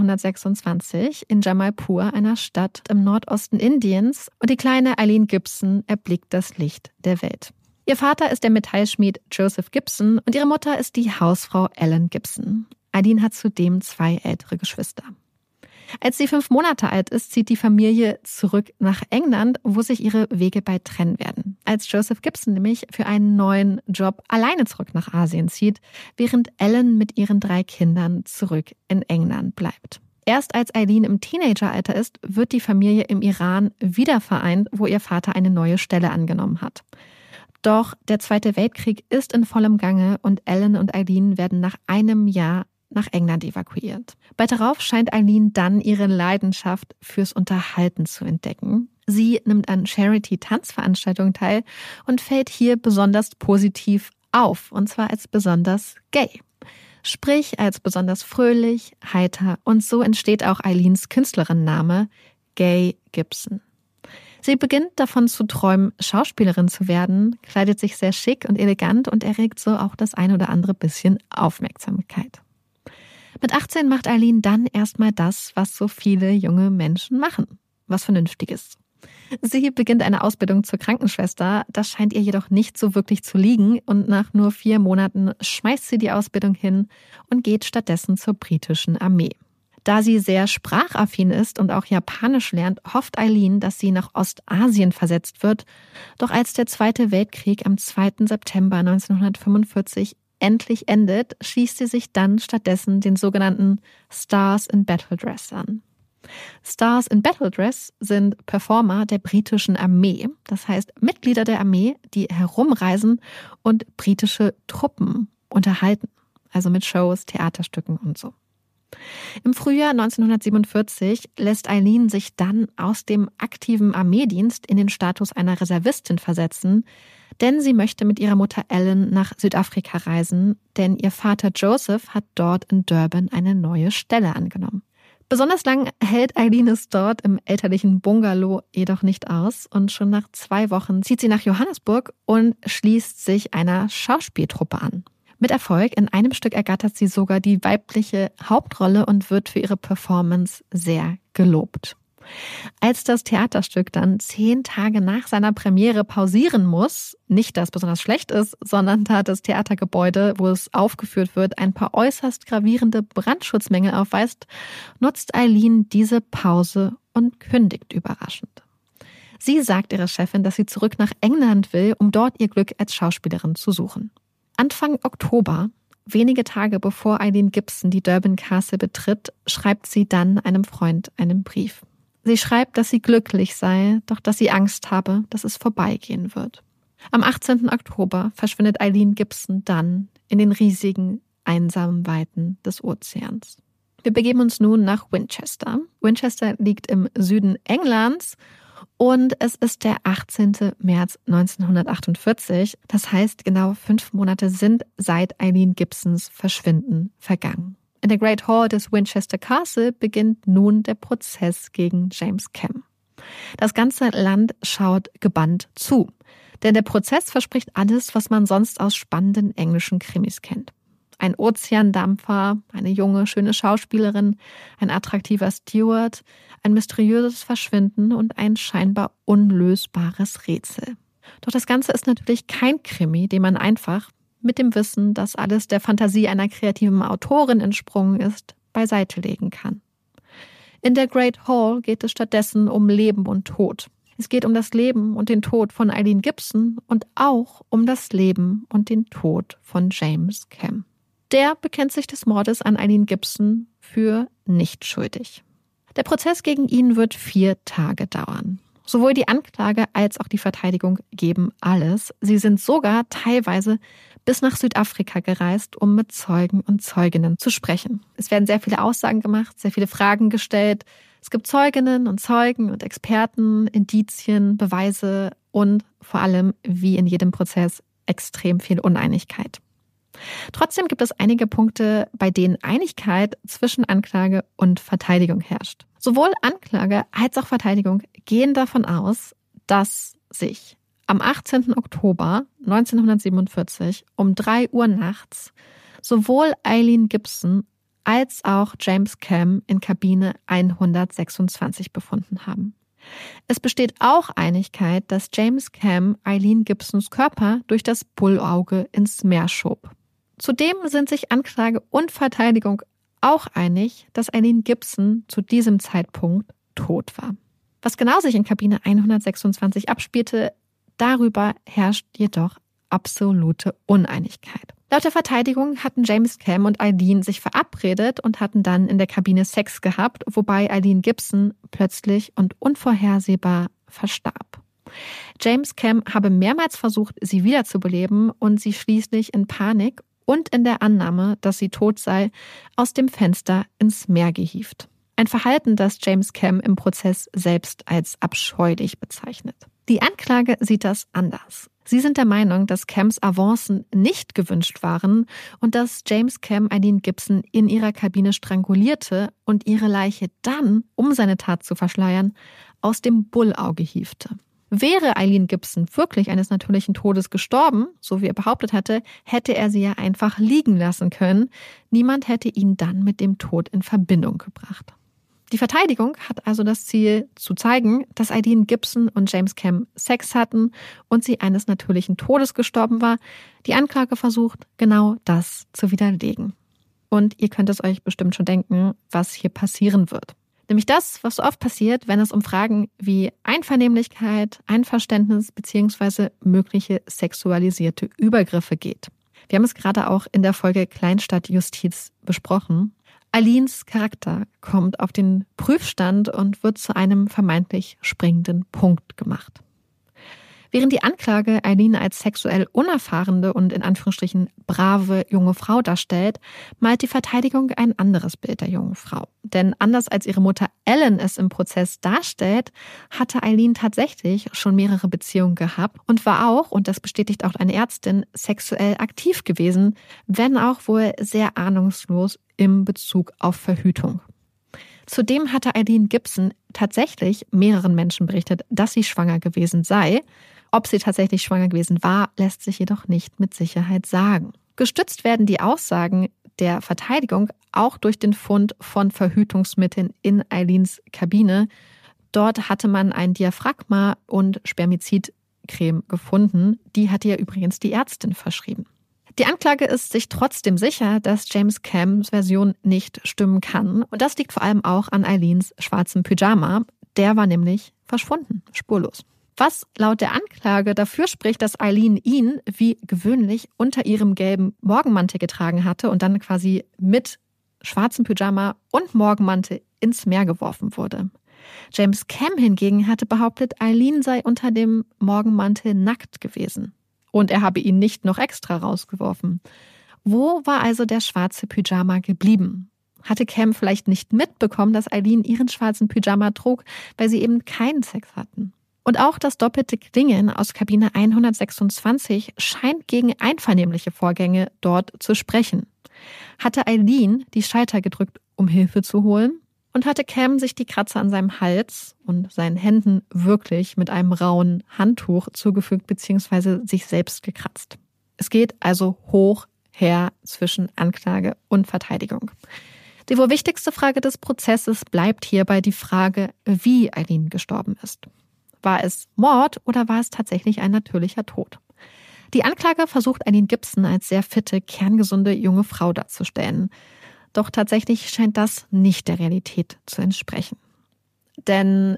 1926 in Jamalpur, einer Stadt im Nordosten Indiens, und die kleine Eileen Gibson erblickt das Licht der Welt. Ihr Vater ist der Metallschmied Joseph Gibson und ihre Mutter ist die Hausfrau Ellen Gibson. Eileen hat zudem 2 ältere Geschwister. Als sie 5 Monate alt ist, zieht die Familie zurück nach England, wo sich ihre Wege bald trennen werden. Als Joseph Gibson nämlich für einen neuen Job alleine zurück nach Asien zieht, während Ellen mit ihren 3 Kindern zurück in England bleibt. Erst als Eileen im Teenageralter ist, wird die Familie im Iran wieder vereint, wo ihr Vater eine neue Stelle angenommen hat. Doch der Zweite Weltkrieg ist in vollem Gange und Ellen und Eileen werden nach einem Jahr nach England evakuiert. Bald darauf scheint Eileen dann ihre Leidenschaft fürs Unterhalten zu entdecken. Sie nimmt an Charity-Tanzveranstaltungen teil und fällt hier besonders positiv auf, und zwar als besonders gay. Sprich als besonders fröhlich, heiter, und so entsteht auch Eileens Künstlerinnenname Gay Gibson. Sie beginnt davon zu träumen, Schauspielerin zu werden, kleidet sich sehr schick und elegant und erregt so auch das ein oder andere bisschen Aufmerksamkeit. Mit 18 macht Eileen dann erstmal das, was so viele junge Menschen machen. Was Vernünftiges. Sie beginnt eine Ausbildung zur Krankenschwester, das scheint ihr jedoch nicht so wirklich zu liegen und nach nur 4 Monaten schmeißt sie die Ausbildung hin und geht stattdessen zur britischen Armee. Da sie sehr sprachaffin ist und auch Japanisch lernt, hofft Eileen, dass sie nach Ostasien versetzt wird. Doch als der Zweite Weltkrieg am 2. September 1945 endlich endet, schließt sie sich dann stattdessen den sogenannten Stars in Battle Dress an. Stars in Battle Dress sind Performer der britischen Armee, das heißt Mitglieder der Armee, die herumreisen und britische Truppen unterhalten, also mit Shows, Theaterstücken und so. Im Frühjahr 1947 lässt Eileen sich dann aus dem aktiven Armeedienst in den Status einer Reservistin versetzen, denn sie möchte mit ihrer Mutter Ellen nach Südafrika reisen, denn ihr Vater Joseph hat dort in Durban eine neue Stelle angenommen. Besonders lang hält Eileen es dort im elterlichen Bungalow jedoch nicht aus und schon nach 2 Wochen zieht sie nach Johannesburg und schließt sich einer Schauspieltruppe an. Mit Erfolg, in einem Stück ergattert sie sogar die weibliche Hauptrolle und wird für ihre Performance sehr gelobt. Als das Theaterstück dann 10 Tage nach seiner Premiere pausieren muss, nicht, dass es besonders schlecht ist, sondern da das Theatergebäude, wo es aufgeführt wird, ein paar äußerst gravierende Brandschutzmängel aufweist, nutzt Eileen diese Pause und kündigt überraschend. Sie sagt ihrer Chefin, dass sie zurück nach England will, um dort ihr Glück als Schauspielerin zu suchen. Anfang Oktober, wenige Tage bevor Eileen Gibson die Durban Castle betritt, schreibt sie dann einem Freund einen Brief. Sie schreibt, dass sie glücklich sei, doch dass sie Angst habe, dass es vorbeigehen wird. Am 18. Oktober verschwindet Eileen Gibson dann in den riesigen, einsamen Weiten des Ozeans. Wir begeben uns nun nach Winchester. Winchester liegt im Süden Englands und es ist der 18. März 1948. Das heißt, genau 5 Monate sind seit Eileen Gibsons Verschwinden vergangen. In der Great Hall des Winchester Castle beginnt nun der Prozess gegen James Cam. Das ganze Land schaut gebannt zu. Denn der Prozess verspricht alles, was man sonst aus spannenden englischen Krimis kennt. Ein Ozeandampfer, eine junge, schöne Schauspielerin, ein attraktiver Steward, ein mysteriöses Verschwinden und ein scheinbar unlösbares Rätsel. Doch das Ganze ist natürlich kein Krimi, den man einfach, mit dem Wissen, dass alles der Fantasie einer kreativen Autorin entsprungen ist, beiseite legen kann. In der Great Hall geht es stattdessen um Leben und Tod. Es geht um das Leben und den Tod von Eileen Gibson und auch um das Leben und den Tod von James Cam. Der bekennt sich des Mordes an Eileen Gibson für nicht schuldig. Der Prozess gegen ihn wird 4 Tage dauern. Sowohl die Anklage als auch die Verteidigung geben alles. Sie sind sogar teilweise bis nach Südafrika gereist, um mit Zeugen und Zeuginnen zu sprechen. Es werden sehr viele Aussagen gemacht, sehr viele Fragen gestellt. Es gibt Zeuginnen und Zeugen und Experten, Indizien, Beweise und vor allem, wie in jedem Prozess, extrem viel Uneinigkeit. Trotzdem gibt es einige Punkte, bei denen Einigkeit zwischen Anklage und Verteidigung herrscht. Sowohl Anklage als auch Verteidigung gehen davon aus, dass sich am 18. Oktober 1947 um 3 Uhr nachts sowohl Eileen Gibson als auch James Cam in Kabine 126 befunden haben. Es besteht auch Einigkeit, dass James Cam Eileen Gibsons Körper durch das Bullauge ins Meer schob. Zudem sind sich Anklage und Verteidigung auch einig, dass Eileen Gibson zu diesem Zeitpunkt tot war. Was genau sich in Kabine 126 abspielte, darüber herrscht jedoch absolute Uneinigkeit. Laut der Verteidigung hatten James Cam und Eileen sich verabredet und hatten dann in der Kabine Sex gehabt, wobei Eileen Gibson plötzlich und unvorhersehbar verstarb. James Cam habe mehrmals versucht, sie wiederzubeleben und sie schließlich in Panik und in der Annahme, dass sie tot sei, aus dem Fenster ins Meer gehievt. Ein Verhalten, das James Cam im Prozess selbst als abscheulich bezeichnet. Die Anklage sieht das anders. Sie sind der Meinung, dass Cams Avancen nicht gewünscht waren und dass James Cam Eileen Gibson in ihrer Kabine strangulierte und ihre Leiche dann, um seine Tat zu verschleiern, aus dem Bullauge hievte. Wäre Eileen Gibson wirklich eines natürlichen Todes gestorben, so wie er behauptet hatte, hätte er sie ja einfach liegen lassen können. Niemand hätte ihn dann mit dem Tod in Verbindung gebracht. Die Verteidigung hat also das Ziel, zu zeigen, dass Eileen Gibson und James Cam Sex hatten und sie eines natürlichen Todes gestorben war. Die Anklage versucht, genau das zu widerlegen. Und ihr könnt es euch bestimmt schon denken, was hier passieren wird. Nämlich das, was so oft passiert, wenn es um Fragen wie Einvernehmlichkeit, Einverständnis bzw. mögliche sexualisierte Übergriffe geht. Wir haben es gerade auch in der Folge Kleinstadtjustiz besprochen. Eileens Charakter kommt auf den Prüfstand und wird zu einem vermeintlich springenden Punkt gemacht. Während die Anklage Eileen als sexuell unerfahrene und in Anführungsstrichen brave junge Frau darstellt, malt die Verteidigung ein anderes Bild der jungen Frau. Denn anders als ihre Mutter Ellen es im Prozess darstellt, hatte Eileen tatsächlich schon mehrere Beziehungen gehabt und war auch, und das bestätigt auch eine Ärztin, sexuell aktiv gewesen, wenn auch wohl sehr ahnungslos im Bezug auf Verhütung. Zudem hatte Eileen Gibson tatsächlich mehreren Menschen berichtet, dass sie schwanger gewesen sei. Ob sie tatsächlich schwanger gewesen war, lässt sich jedoch nicht mit Sicherheit sagen. Gestützt werden die Aussagen der Verteidigung auch durch den Fund von Verhütungsmitteln in Eileens Kabine. Dort hatte man ein Diaphragma und Spermizidcreme gefunden. Die hatte ja übrigens die Ärztin verschrieben. Die Anklage ist sich trotzdem sicher, dass James Cams Version nicht stimmen kann. Und das liegt vor allem auch an Eileens schwarzem Pyjama. Der war nämlich verschwunden, spurlos. Was laut der Anklage dafür spricht, dass Eileen ihn, wie gewöhnlich, unter ihrem gelben Morgenmantel getragen hatte und dann quasi mit schwarzem Pyjama und Morgenmantel ins Meer geworfen wurde. James Cam hingegen hatte behauptet, Eileen sei unter dem Morgenmantel nackt gewesen. Und er habe ihn nicht noch extra rausgeworfen. Wo war also der schwarze Pyjama geblieben? Hatte Cam vielleicht nicht mitbekommen, dass Eileen ihren schwarzen Pyjama trug, weil sie eben keinen Sex hatten? Und auch das doppelte Klingeln aus Kabine 126 scheint gegen einvernehmliche Vorgänge dort zu sprechen. Hatte Eileen die Schalter gedrückt, um Hilfe zu holen? und hatte Cam sich die Kratzer an seinem Hals und seinen Händen wirklich mit einem rauen Handtuch zugefügt bzw. sich selbst gekratzt. Es geht also hoch her zwischen Anklage und Verteidigung. Die wohl wichtigste Frage des Prozesses bleibt hierbei die Frage, wie Eileen gestorben ist. War es Mord oder war es tatsächlich ein natürlicher Tod? Die Anklage versucht Eileen Gibson als sehr fitte, kerngesunde junge Frau darzustellen. Doch tatsächlich scheint das nicht der Realität zu entsprechen. Denn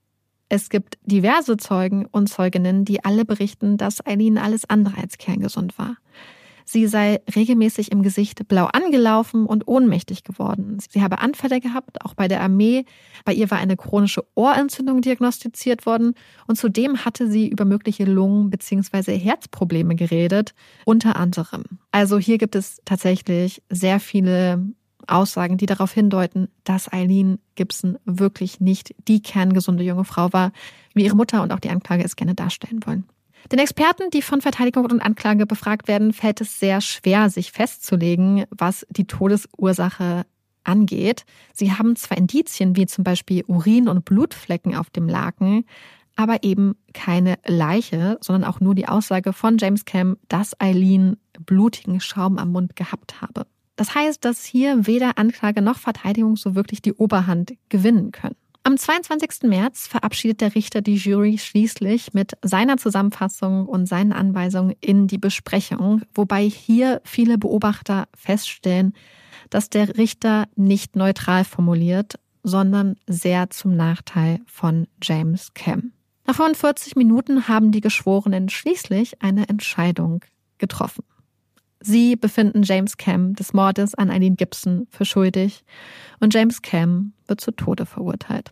es gibt diverse Zeugen und Zeuginnen, die alle berichten, dass Eileen alles andere als kerngesund war. Sie sei regelmäßig im Gesicht blau angelaufen und ohnmächtig geworden. Sie habe Anfälle gehabt, auch bei der Armee. Bei ihr war eine chronische Ohrentzündung diagnostiziert worden. Und zudem hatte sie über mögliche Lungen- bzw. Herzprobleme geredet, unter anderem. Also hier gibt es tatsächlich sehr viele Aussagen, die darauf hindeuten, dass Eileen Gibson wirklich nicht die kerngesunde junge Frau war, wie ihre Mutter und auch die Anklage es gerne darstellen wollen. Den Experten, die von Verteidigung und Anklage befragt werden, fällt es sehr schwer, sich festzulegen, was die Todesursache angeht. Sie haben zwar Indizien, wie zum Beispiel Urin- und Blutflecken auf dem Laken, aber eben keine Leiche, sondern auch nur die Aussage von James Cam, dass Eileen blutigen Schaum am Mund gehabt habe. Das heißt, dass hier weder Anklage noch Verteidigung so wirklich die Oberhand gewinnen können. Am 22. März verabschiedet der Richter die Jury schließlich mit seiner Zusammenfassung und seinen Anweisungen in die Besprechung, wobei hier viele Beobachter feststellen, dass der Richter nicht neutral formuliert, sondern sehr zum Nachteil von James Cam. Nach 45 Minuten haben die Geschworenen schließlich eine Entscheidung getroffen. Sie befinden James Cam des Mordes an Eileen Gibson für schuldig und James Cam wird zu Tode verurteilt.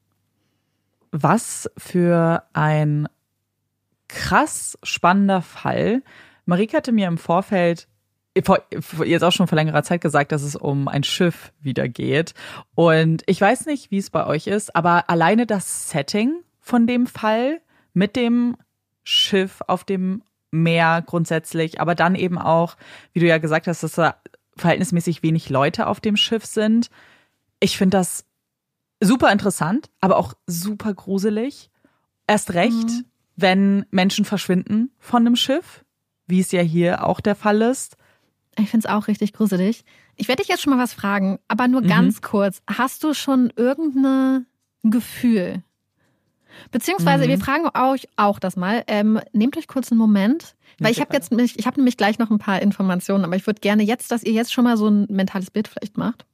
Was für ein krass spannender Fall. Marike hatte mir im Vorfeld, jetzt auch schon vor längerer Zeit gesagt, dass es um ein Schiff wieder geht. Und ich weiß nicht, wie es bei euch ist, aber alleine das Setting von dem Fall mit dem Schiff auf dem Meer grundsätzlich, aber dann eben auch, wie du ja gesagt hast, dass da verhältnismäßig wenig Leute auf dem Schiff sind. Ich finde das super interessant, aber auch super gruselig. Erst recht, wenn Menschen verschwinden von einem Schiff, wie es ja hier auch der Fall ist. Ich finde es auch richtig gruselig. Ich werde dich jetzt schon mal was fragen, aber nur ganz kurz. Hast du schon irgendein Gefühl? Beziehungsweise, wir fragen euch auch das mal. Nehmt euch kurz einen Moment, weil ich habe nämlich gleich noch ein paar Informationen, aber ich würde gerne jetzt, dass ihr jetzt schon mal so ein mentales Bild vielleicht macht.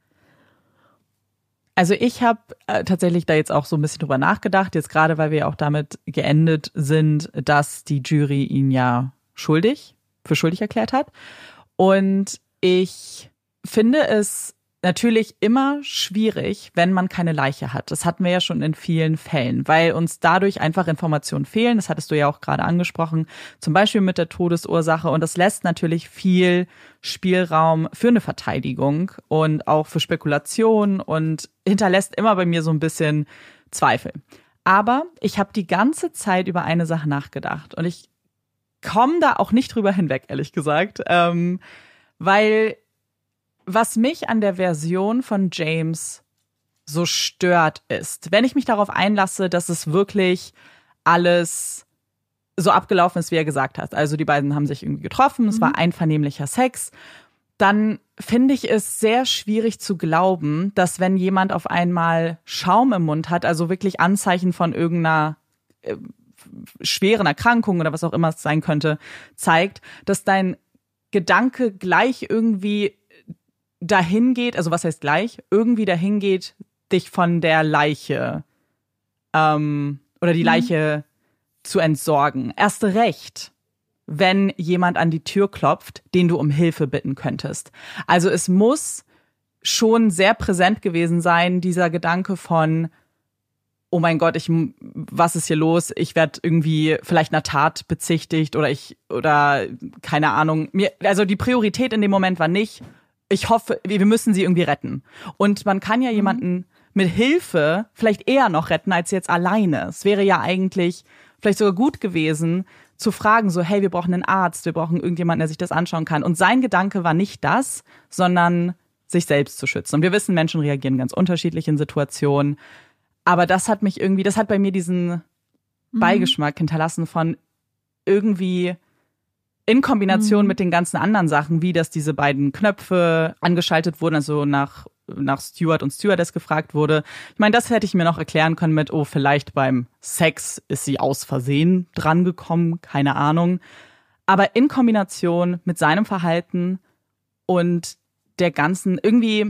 Also ich habe tatsächlich da jetzt auch so ein bisschen drüber nachgedacht, jetzt gerade, weil wir auch damit geendet sind, dass die Jury ihn ja für schuldig erklärt hat. Und ich finde es natürlich immer schwierig, wenn man keine Leiche hat. Das hatten wir ja schon in vielen Fällen, weil uns dadurch einfach Informationen fehlen. Das hattest du ja auch gerade angesprochen, zum Beispiel mit der Todesursache. Und das lässt natürlich viel Spielraum für eine Verteidigung und auch für Spekulation und hinterlässt immer bei mir so ein bisschen Zweifel. Aber ich habe die ganze Zeit über eine Sache nachgedacht und ich komme da auch nicht drüber hinweg, ehrlich gesagt, weil was mich an der Version von James so stört ist, wenn ich mich darauf einlasse, dass es wirklich alles so abgelaufen ist, wie er gesagt hat. Also die beiden haben sich irgendwie getroffen, es war einvernehmlicher Sex. Dann finde ich es sehr schwierig zu glauben, dass wenn jemand auf einmal Schaum im Mund hat, also wirklich Anzeichen von irgendeiner schweren Erkrankung oder was auch immer es sein könnte, zeigt, dass dein Gedanke gleich irgendwie dahin geht, also was heißt gleich, irgendwie dahin geht, dich von der Leiche oder die Leiche zu entsorgen. Erst recht, wenn jemand an die Tür klopft, den du um Hilfe bitten könntest. Also es muss schon sehr präsent gewesen sein, dieser Gedanke von, oh mein Gott, was ist hier los? Ich werde irgendwie vielleicht einer Tat bezichtigt oder keine Ahnung. Also die Priorität in dem Moment war nicht, ich hoffe, wir müssen sie irgendwie retten. Und man kann ja jemanden mit Hilfe vielleicht eher noch retten als jetzt alleine. Es wäre ja eigentlich vielleicht sogar gut gewesen, zu fragen, so, hey, wir brauchen einen Arzt, wir brauchen irgendjemanden, der sich das anschauen kann. Und sein Gedanke war nicht das, sondern sich selbst zu schützen. Und wir wissen, Menschen reagieren ganz unterschiedlich in Situationen. Aber das hat bei mir diesen Beigeschmack hinterlassen von irgendwie in Kombination mit den ganzen anderen Sachen, wie dass diese beiden Knöpfe angeschaltet wurden, also nach Steward und Stewardess gefragt wurde. Ich meine, das hätte ich mir noch erklären können mit, vielleicht beim Sex ist sie aus Versehen drangekommen, keine Ahnung. Aber in Kombination mit seinem Verhalten und der ganzen, irgendwie,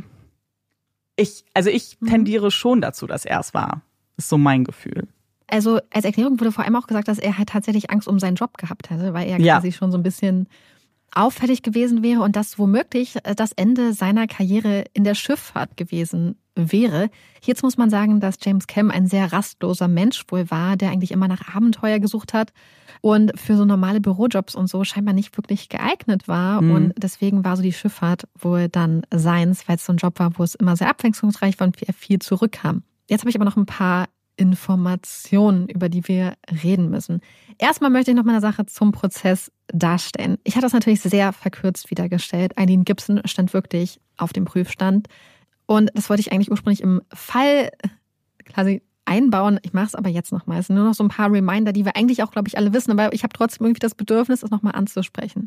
ich tendiere schon dazu, dass er es war. Das ist so mein Gefühl. Also als Erklärung wurde vor allem auch gesagt, dass er halt tatsächlich Angst um seinen Job gehabt hätte, weil er quasi schon so ein bisschen auffällig gewesen wäre und das womöglich das Ende seiner Karriere in der Schifffahrt gewesen wäre. Jetzt muss man sagen, dass James Cam ein sehr rastloser Mensch wohl war, der eigentlich immer nach Abenteuer gesucht hat und für so normale Bürojobs und so scheinbar nicht wirklich geeignet war. Und deswegen war so die Schifffahrt wohl dann seins, weil es so ein Job war, wo es immer sehr abwechslungsreich war und er viel zurückkam. Jetzt habe ich aber noch ein paar Informationen, über die wir reden müssen. Erstmal möchte ich noch mal eine Sache zum Prozess darstellen. Ich hatte das natürlich sehr verkürzt wieder gestellt. Eileen Gibson stand wirklich auf dem Prüfstand. Und das wollte ich eigentlich ursprünglich im Fall quasi einbauen. Ich mache es aber jetzt nochmal. Es sind nur noch so ein paar Reminder, die wir eigentlich auch, glaube ich, alle wissen. Aber ich habe trotzdem irgendwie das Bedürfnis, das nochmal anzusprechen.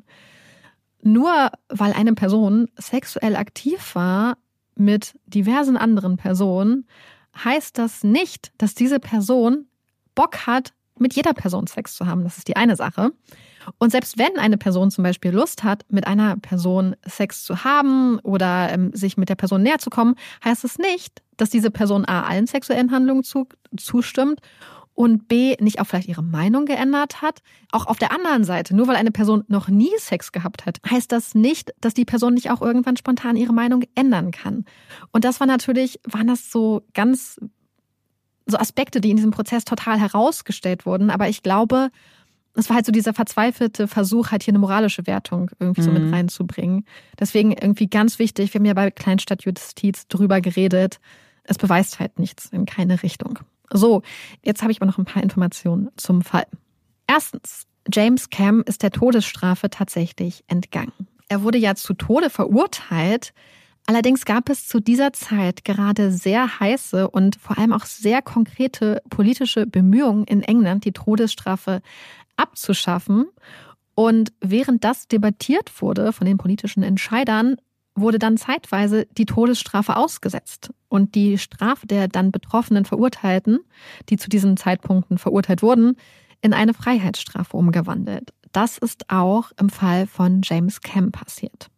Nur weil eine Person sexuell aktiv war mit diversen anderen Personen, heißt das nicht, dass diese Person Bock hat, mit jeder Person Sex zu haben. Das ist die eine Sache. Und selbst wenn eine Person zum Beispiel Lust hat, mit einer Person Sex zu haben oder sich mit der Person näher zu kommen, heißt es nicht, dass diese Person A, allen sexuellen Handlungen zustimmt und B, nicht auch vielleicht ihre Meinung geändert hat. Auch auf der anderen Seite, nur weil eine Person noch nie Sex gehabt hat, heißt das nicht, dass die Person nicht auch irgendwann spontan ihre Meinung ändern kann. Und das waren das so ganz so Aspekte, die in diesem Prozess total herausgestellt wurden. Aber ich glaube, es war halt so dieser verzweifelte Versuch, halt hier eine moralische Wertung irgendwie so mit reinzubringen. Deswegen irgendwie ganz wichtig, wir haben ja bei Kleinstadtjustiz drüber geredet, es beweist halt nichts in keine Richtung. So, jetzt habe ich aber noch ein paar Informationen zum Fall. Erstens, James Cam ist der Todesstrafe tatsächlich entgangen. Er wurde ja zu Tode verurteilt. Allerdings gab es zu dieser Zeit gerade sehr heiße und vor allem auch sehr konkrete politische Bemühungen in England, die Todesstrafe abzuschaffen. Und während das debattiert wurde von den politischen Entscheidern, wurde dann zeitweise die Todesstrafe ausgesetzt. Und die Strafe der dann betroffenen Verurteilten, die zu diesen Zeitpunkten verurteilt wurden, in eine Freiheitsstrafe umgewandelt. Das ist auch im Fall von James Cam passiert.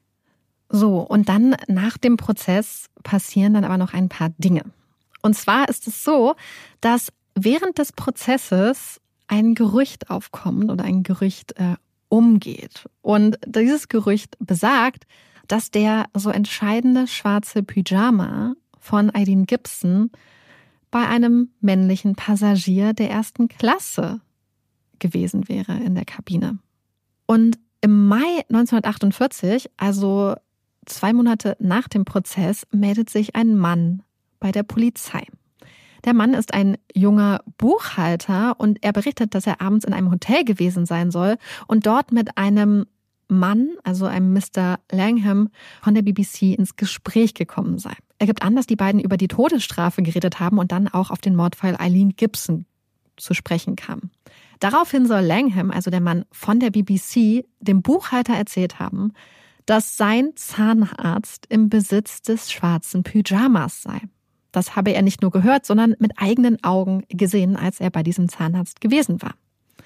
So, und dann nach dem Prozess passieren dann aber noch ein paar Dinge. Und zwar ist es so, dass während des Prozesses ein Gerücht aufkommt oder ein Gerücht umgeht. Und dieses Gerücht besagt, dass der so entscheidende schwarze Pyjama von Eileen Gibson bei einem männlichen Passagier der 1. Klasse gewesen wäre in der Kabine. Und im Mai 1948, also 2 Monate nach dem Prozess, meldet sich ein Mann bei der Polizei. Der Mann ist ein junger Buchhalter und er berichtet, dass er abends in einem Hotel gewesen sein soll und dort mit einem Mann, also einem Mr. Langham von der BBC, ins Gespräch gekommen sei. Er gibt an, dass die beiden über die Todesstrafe geredet haben und dann auch auf den Mordfall Eileen Gibson zu sprechen kam. Daraufhin soll Langham, also der Mann von der BBC, dem Buchhalter erzählt haben, dass sein Zahnarzt im Besitz des schwarzen Pyjamas sei. Das habe er nicht nur gehört, sondern mit eigenen Augen gesehen, als er bei diesem Zahnarzt gewesen war.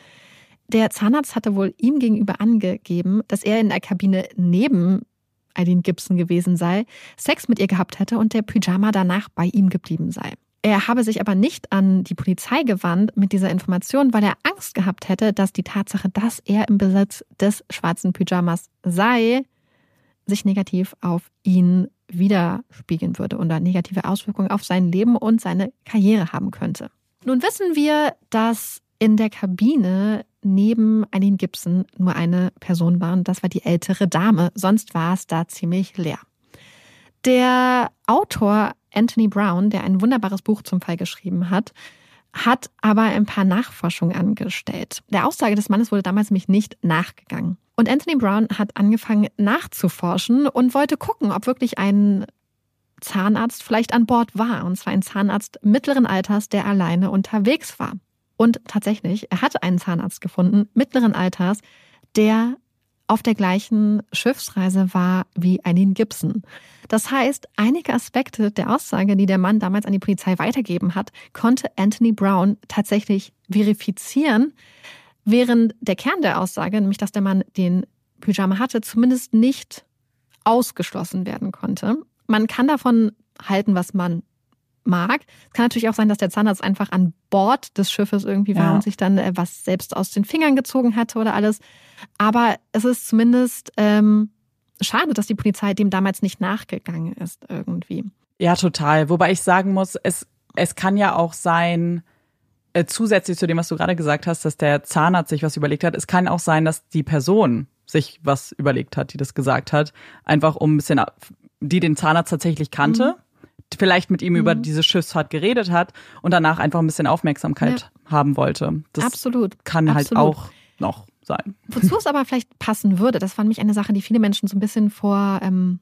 Der Zahnarzt hatte wohl ihm gegenüber angegeben, dass er in der Kabine neben Eileen Gibson gewesen sei, Sex mit ihr gehabt hätte und der Pyjama danach bei ihm geblieben sei. Er habe sich aber nicht an die Polizei gewandt mit dieser Information, weil er Angst gehabt hätte, dass die Tatsache, dass er im Besitz des schwarzen Pyjamas sei, sich negativ auf ihn widerspiegeln würde oder negative Auswirkungen auf sein Leben und seine Karriere haben könnte. Nun wissen wir, dass in der Kabine neben Eileen Gibson nur eine Person war und das war die ältere Dame, sonst war es da ziemlich leer. Der Autor Anthony Brown, der ein wunderbares Buch zum Fall geschrieben hat, hat aber ein paar Nachforschungen angestellt. Der Aussage des Mannes wurde damals nämlich nicht nachgegangen. Und Anthony Brown hat angefangen nachzuforschen und wollte gucken, ob wirklich ein Zahnarzt vielleicht an Bord war. Und zwar ein Zahnarzt mittleren Alters, der alleine unterwegs war. Und tatsächlich, er hatte einen Zahnarzt gefunden, mittleren Alters, der auf der gleichen Schiffsreise war wie Eileen Gibson. Das heißt, einige Aspekte der Aussage, die der Mann damals an die Polizei weitergegeben hat, konnte Anthony Brown tatsächlich verifizieren, während der Kern der Aussage, nämlich dass der Mann den Pyjama hatte, zumindest nicht ausgeschlossen werden konnte. Man kann davon halten, was man mag. Es kann natürlich auch sein, dass der Zahnarzt einfach an Bord des Schiffes irgendwie war und sich dann was selbst aus den Fingern gezogen hatte oder alles. Aber es ist zumindest schade, dass die Polizei dem damals nicht nachgegangen ist irgendwie. Ja, total. Wobei ich sagen muss, es kann ja auch sein, zusätzlich zu dem, was du gerade gesagt hast, dass der Zahnarzt sich was überlegt hat, es kann auch sein, dass die Person sich was überlegt hat, die das gesagt hat, einfach um ein bisschen, die den Zahnarzt tatsächlich kannte, vielleicht mit ihm über diese Schiffsfahrt geredet hat und danach einfach ein bisschen Aufmerksamkeit haben wollte. Das kann halt auch noch sein. Wozu es aber vielleicht passen würde, das war nämlich eine Sache, die viele Menschen so ein bisschen ein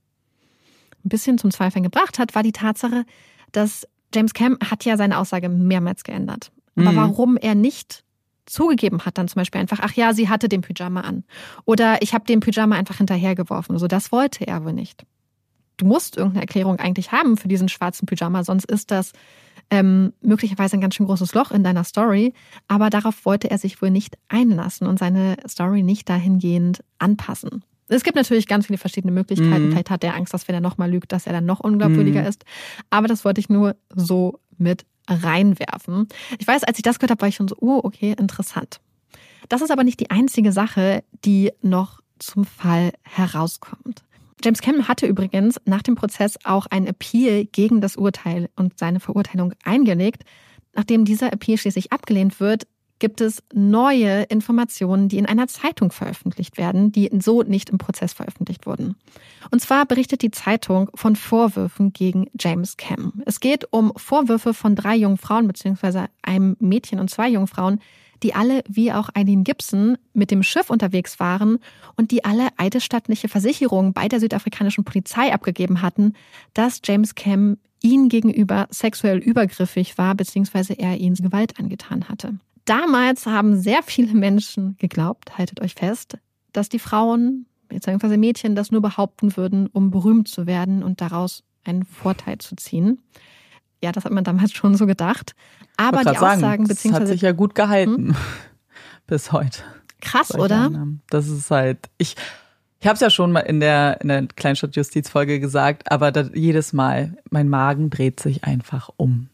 bisschen zum Zweifeln gebracht hat, war die Tatsache, dass James Cam hat ja seine Aussage mehrmals geändert. Aber warum er nicht zugegeben hat, dann zum Beispiel einfach, ach ja, sie hatte den Pyjama an. Oder ich habe den Pyjama einfach hinterhergeworfen. Also das wollte er wohl nicht. Du musst irgendeine Erklärung eigentlich haben für diesen schwarzen Pyjama, sonst ist das möglicherweise ein ganz schön großes Loch in deiner Story. Aber darauf wollte er sich wohl nicht einlassen und seine Story nicht dahingehend anpassen. Es gibt natürlich ganz viele verschiedene Möglichkeiten. Vielleicht hat er Angst, dass wenn er nochmal lügt, dass er dann noch unglaubwürdiger ist. Aber das wollte ich nur so mit reinwerfen. Ich weiß, als ich das gehört habe, war ich schon so, okay, interessant. Das ist aber nicht die einzige Sache, die noch zum Fall herauskommt. James Cam hatte übrigens nach dem Prozess auch ein Appeal gegen das Urteil und seine Verurteilung eingelegt. Nachdem dieser Appeal schließlich abgelehnt wird, gibt es neue Informationen, die in einer Zeitung veröffentlicht werden, die so nicht im Prozess veröffentlicht wurden. Und zwar berichtet die Zeitung von Vorwürfen gegen James Cam. Es geht um Vorwürfe von 3 jungen Frauen bzw. einem Mädchen und 2 jungen Frauen, die alle, wie auch Eileen Gibson, mit dem Schiff unterwegs waren und die alle eidesstattliche Versicherungen bei der südafrikanischen Polizei abgegeben hatten, dass James Cam ihnen gegenüber sexuell übergriffig war bzw. er ihnen Gewalt angetan hatte. Damals haben sehr viele Menschen geglaubt, haltet euch fest, dass die Frauen bzw. Mädchen das nur behaupten würden, um berühmt zu werden und daraus einen Vorteil zu ziehen. Ja, das hat man damals schon so gedacht. Aber die Aussagen das hat sich ja gut gehalten bis heute. Krass, oder? Das ist halt, ich habe es ja schon mal in der Kleinstadt-Justiz-Folge gesagt, aber jedes Mal, mein Magen dreht sich einfach um.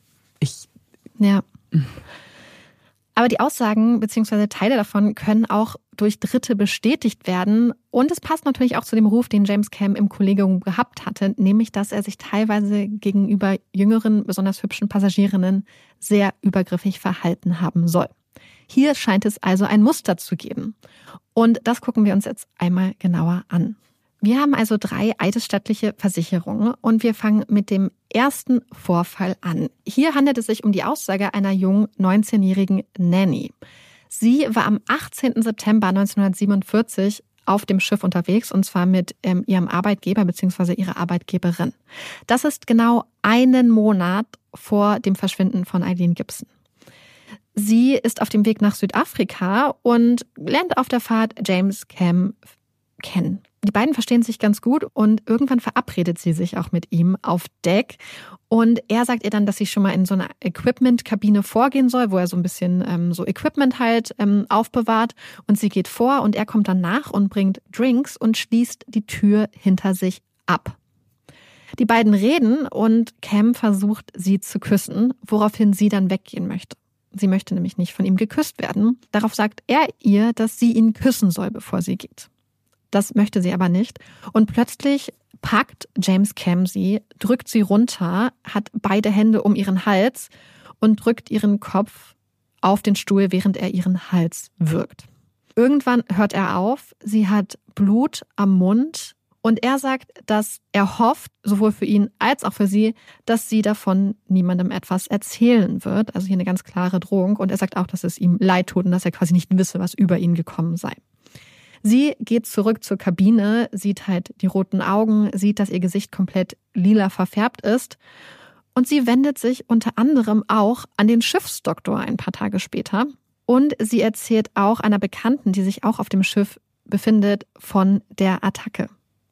Ja. Aber die Aussagen bzw. Teile davon können auch durch Dritte bestätigt werden. Und es passt natürlich auch zu dem Ruf, den James Cam im Kollegium gehabt hatte, nämlich, dass er sich teilweise gegenüber jüngeren, besonders hübschen Passagierinnen sehr übergriffig verhalten haben soll. Hier scheint es also ein Muster zu geben. Und das gucken wir uns jetzt einmal genauer an. Wir haben also 3 eidesstattliche Versicherungen und wir fangen mit dem ersten Vorfall an. Hier handelt es sich um die Aussage einer jungen 19-jährigen Nanny. Sie war am 18. September 1947 auf dem Schiff unterwegs und zwar mit ihrem Arbeitgeber bzw. ihrer Arbeitgeberin. Das ist genau einen Monat vor dem Verschwinden von Eileen Gibson. Sie ist auf dem Weg nach Südafrika und lernt auf der Fahrt James Cam kennen. Die beiden verstehen sich ganz gut und irgendwann verabredet sie sich auch mit ihm auf Deck. Und er sagt ihr dann, dass sie schon mal in so einer Equipment-Kabine vorgehen soll, wo er so ein bisschen so Equipment halt aufbewahrt. Und sie geht vor und er kommt dann nach und bringt Drinks und schließt die Tür hinter sich ab. Die beiden reden und Cam versucht, sie zu küssen, woraufhin sie dann weggehen möchte. Sie möchte nämlich nicht von ihm geküsst werden. Darauf sagt er ihr, dass sie ihn küssen soll, bevor sie geht. Das möchte sie aber nicht. Und plötzlich packt James Cam sie, drückt sie runter, hat beide Hände um ihren Hals und drückt ihren Kopf auf den Stuhl, während er ihren Hals würgt. Irgendwann hört er auf. Sie hat Blut am Mund Und er sagt, dass er hofft, sowohl für ihn als auch für sie, dass sie davon niemandem etwas erzählen wird. Also hier eine ganz klare Drohung. Und er sagt auch, dass es ihm leid tut und dass er quasi nicht wisse, was über ihn gekommen sei. Sie geht zurück zur Kabine, sieht halt die roten Augen, sieht, dass ihr Gesicht komplett lila verfärbt ist. Und sie wendet sich unter anderem auch an den Schiffsdoktor ein paar Tage später. Und sie erzählt auch einer Bekannten, die sich auch auf dem Schiff befindet, von der Attacke.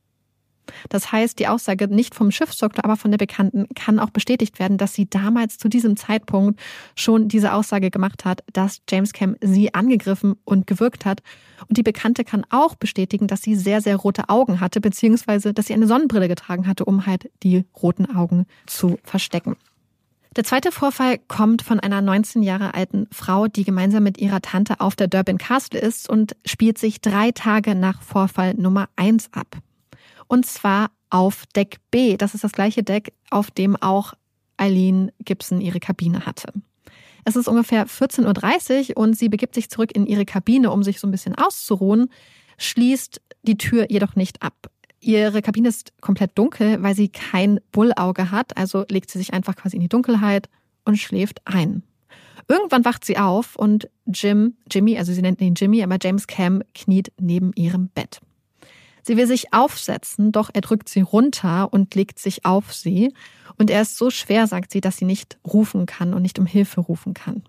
Das heißt, die Aussage nicht vom Schiffsdoktor, aber von der Bekannten kann auch bestätigt werden, dass sie damals zu diesem Zeitpunkt schon diese Aussage gemacht hat, dass James Cam sie angegriffen und gewürgt hat. Und die Bekannte kann auch bestätigen, dass sie sehr, sehr rote Augen hatte, beziehungsweise dass sie eine Sonnenbrille getragen hatte, um halt die roten Augen zu verstecken. Der zweite Vorfall kommt von einer 19 Jahre alten Frau, die gemeinsam mit ihrer Tante auf der Durban Castle ist und spielt sich 3 Tage nach Vorfall Nummer 1 ab. Und zwar auf Deck B. Das ist das gleiche Deck, auf dem auch Eileen Gibson ihre Kabine hatte. Es ist ungefähr 14:30 Uhr und sie begibt sich zurück in ihre Kabine, um sich so ein bisschen auszuruhen, schließt die Tür jedoch nicht ab. Ihre Kabine ist komplett dunkel, weil sie kein Bullauge hat, also legt sie sich einfach quasi in die Dunkelheit und schläft ein. Irgendwann wacht sie auf und Jimmy, also sie nennt ihn Jimmy, aber James Cam kniet neben ihrem Bett. Sie will sich aufsetzen, doch er drückt sie runter und legt sich auf sie. Und er ist so schwer, sagt sie, dass sie nicht rufen kann und nicht um Hilfe rufen kann.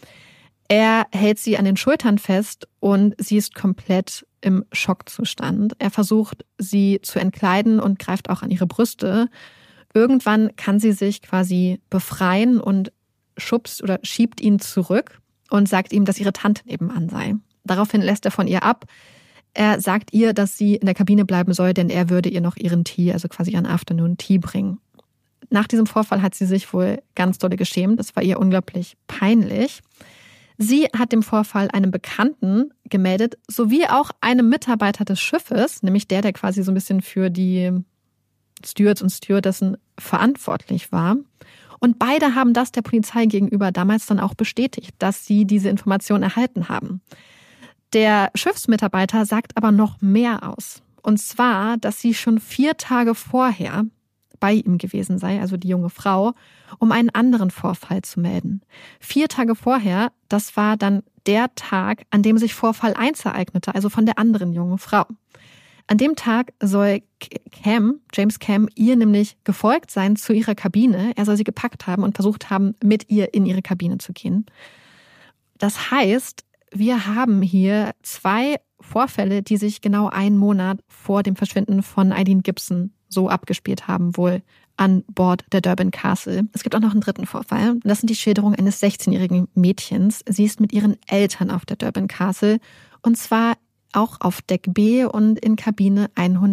Er hält sie an den Schultern fest und sie ist komplett im Schockzustand. Er versucht, sie zu entkleiden und greift auch an ihre Brüste. Irgendwann kann sie sich quasi befreien und schubst oder schiebt ihn zurück und sagt ihm, dass ihre Tante nebenan sei. Daraufhin lässt er von ihr ab. Er sagt ihr, dass sie in der Kabine bleiben soll, denn er würde ihr noch ihren Tee, also quasi ihren Afternoon Tea bringen. Nach diesem Vorfall hat sie sich wohl ganz doll geschämt. Das war ihr unglaublich peinlich. Sie hat dem Vorfall einem Bekannten gemeldet, sowie auch einem Mitarbeiter des Schiffes, nämlich der quasi so ein bisschen für die Stewards und Stewardessen verantwortlich war. Und beide haben das der Polizei gegenüber damals dann auch bestätigt, dass sie diese Information erhalten haben. Der Schiffsmitarbeiter sagt aber noch mehr aus. Und zwar, dass sie schon 4 Tage vorher bei ihm gewesen sei, also die junge Frau, um einen anderen Vorfall zu melden. 4 Tage vorher, das war dann der Tag, an dem sich Vorfall 1 ereignete, also von der anderen jungen Frau. An dem Tag soll James Cam, ihr nämlich gefolgt sein zu ihrer Kabine. Er soll sie gepackt haben und versucht haben, mit ihr in ihre Kabine zu gehen. Das heißt, wir haben hier 2 Vorfälle, die sich genau 1 Monat vor dem Verschwinden von Eileen Gibson so abgespielt haben, wohl an Bord der Durban Castle. Es gibt auch noch einen 3. Vorfall. Das sind die Schilderungen eines 16-jährigen Mädchens. Sie ist mit ihren Eltern auf der Durban Castle und zwar auch auf Deck B und in Kabine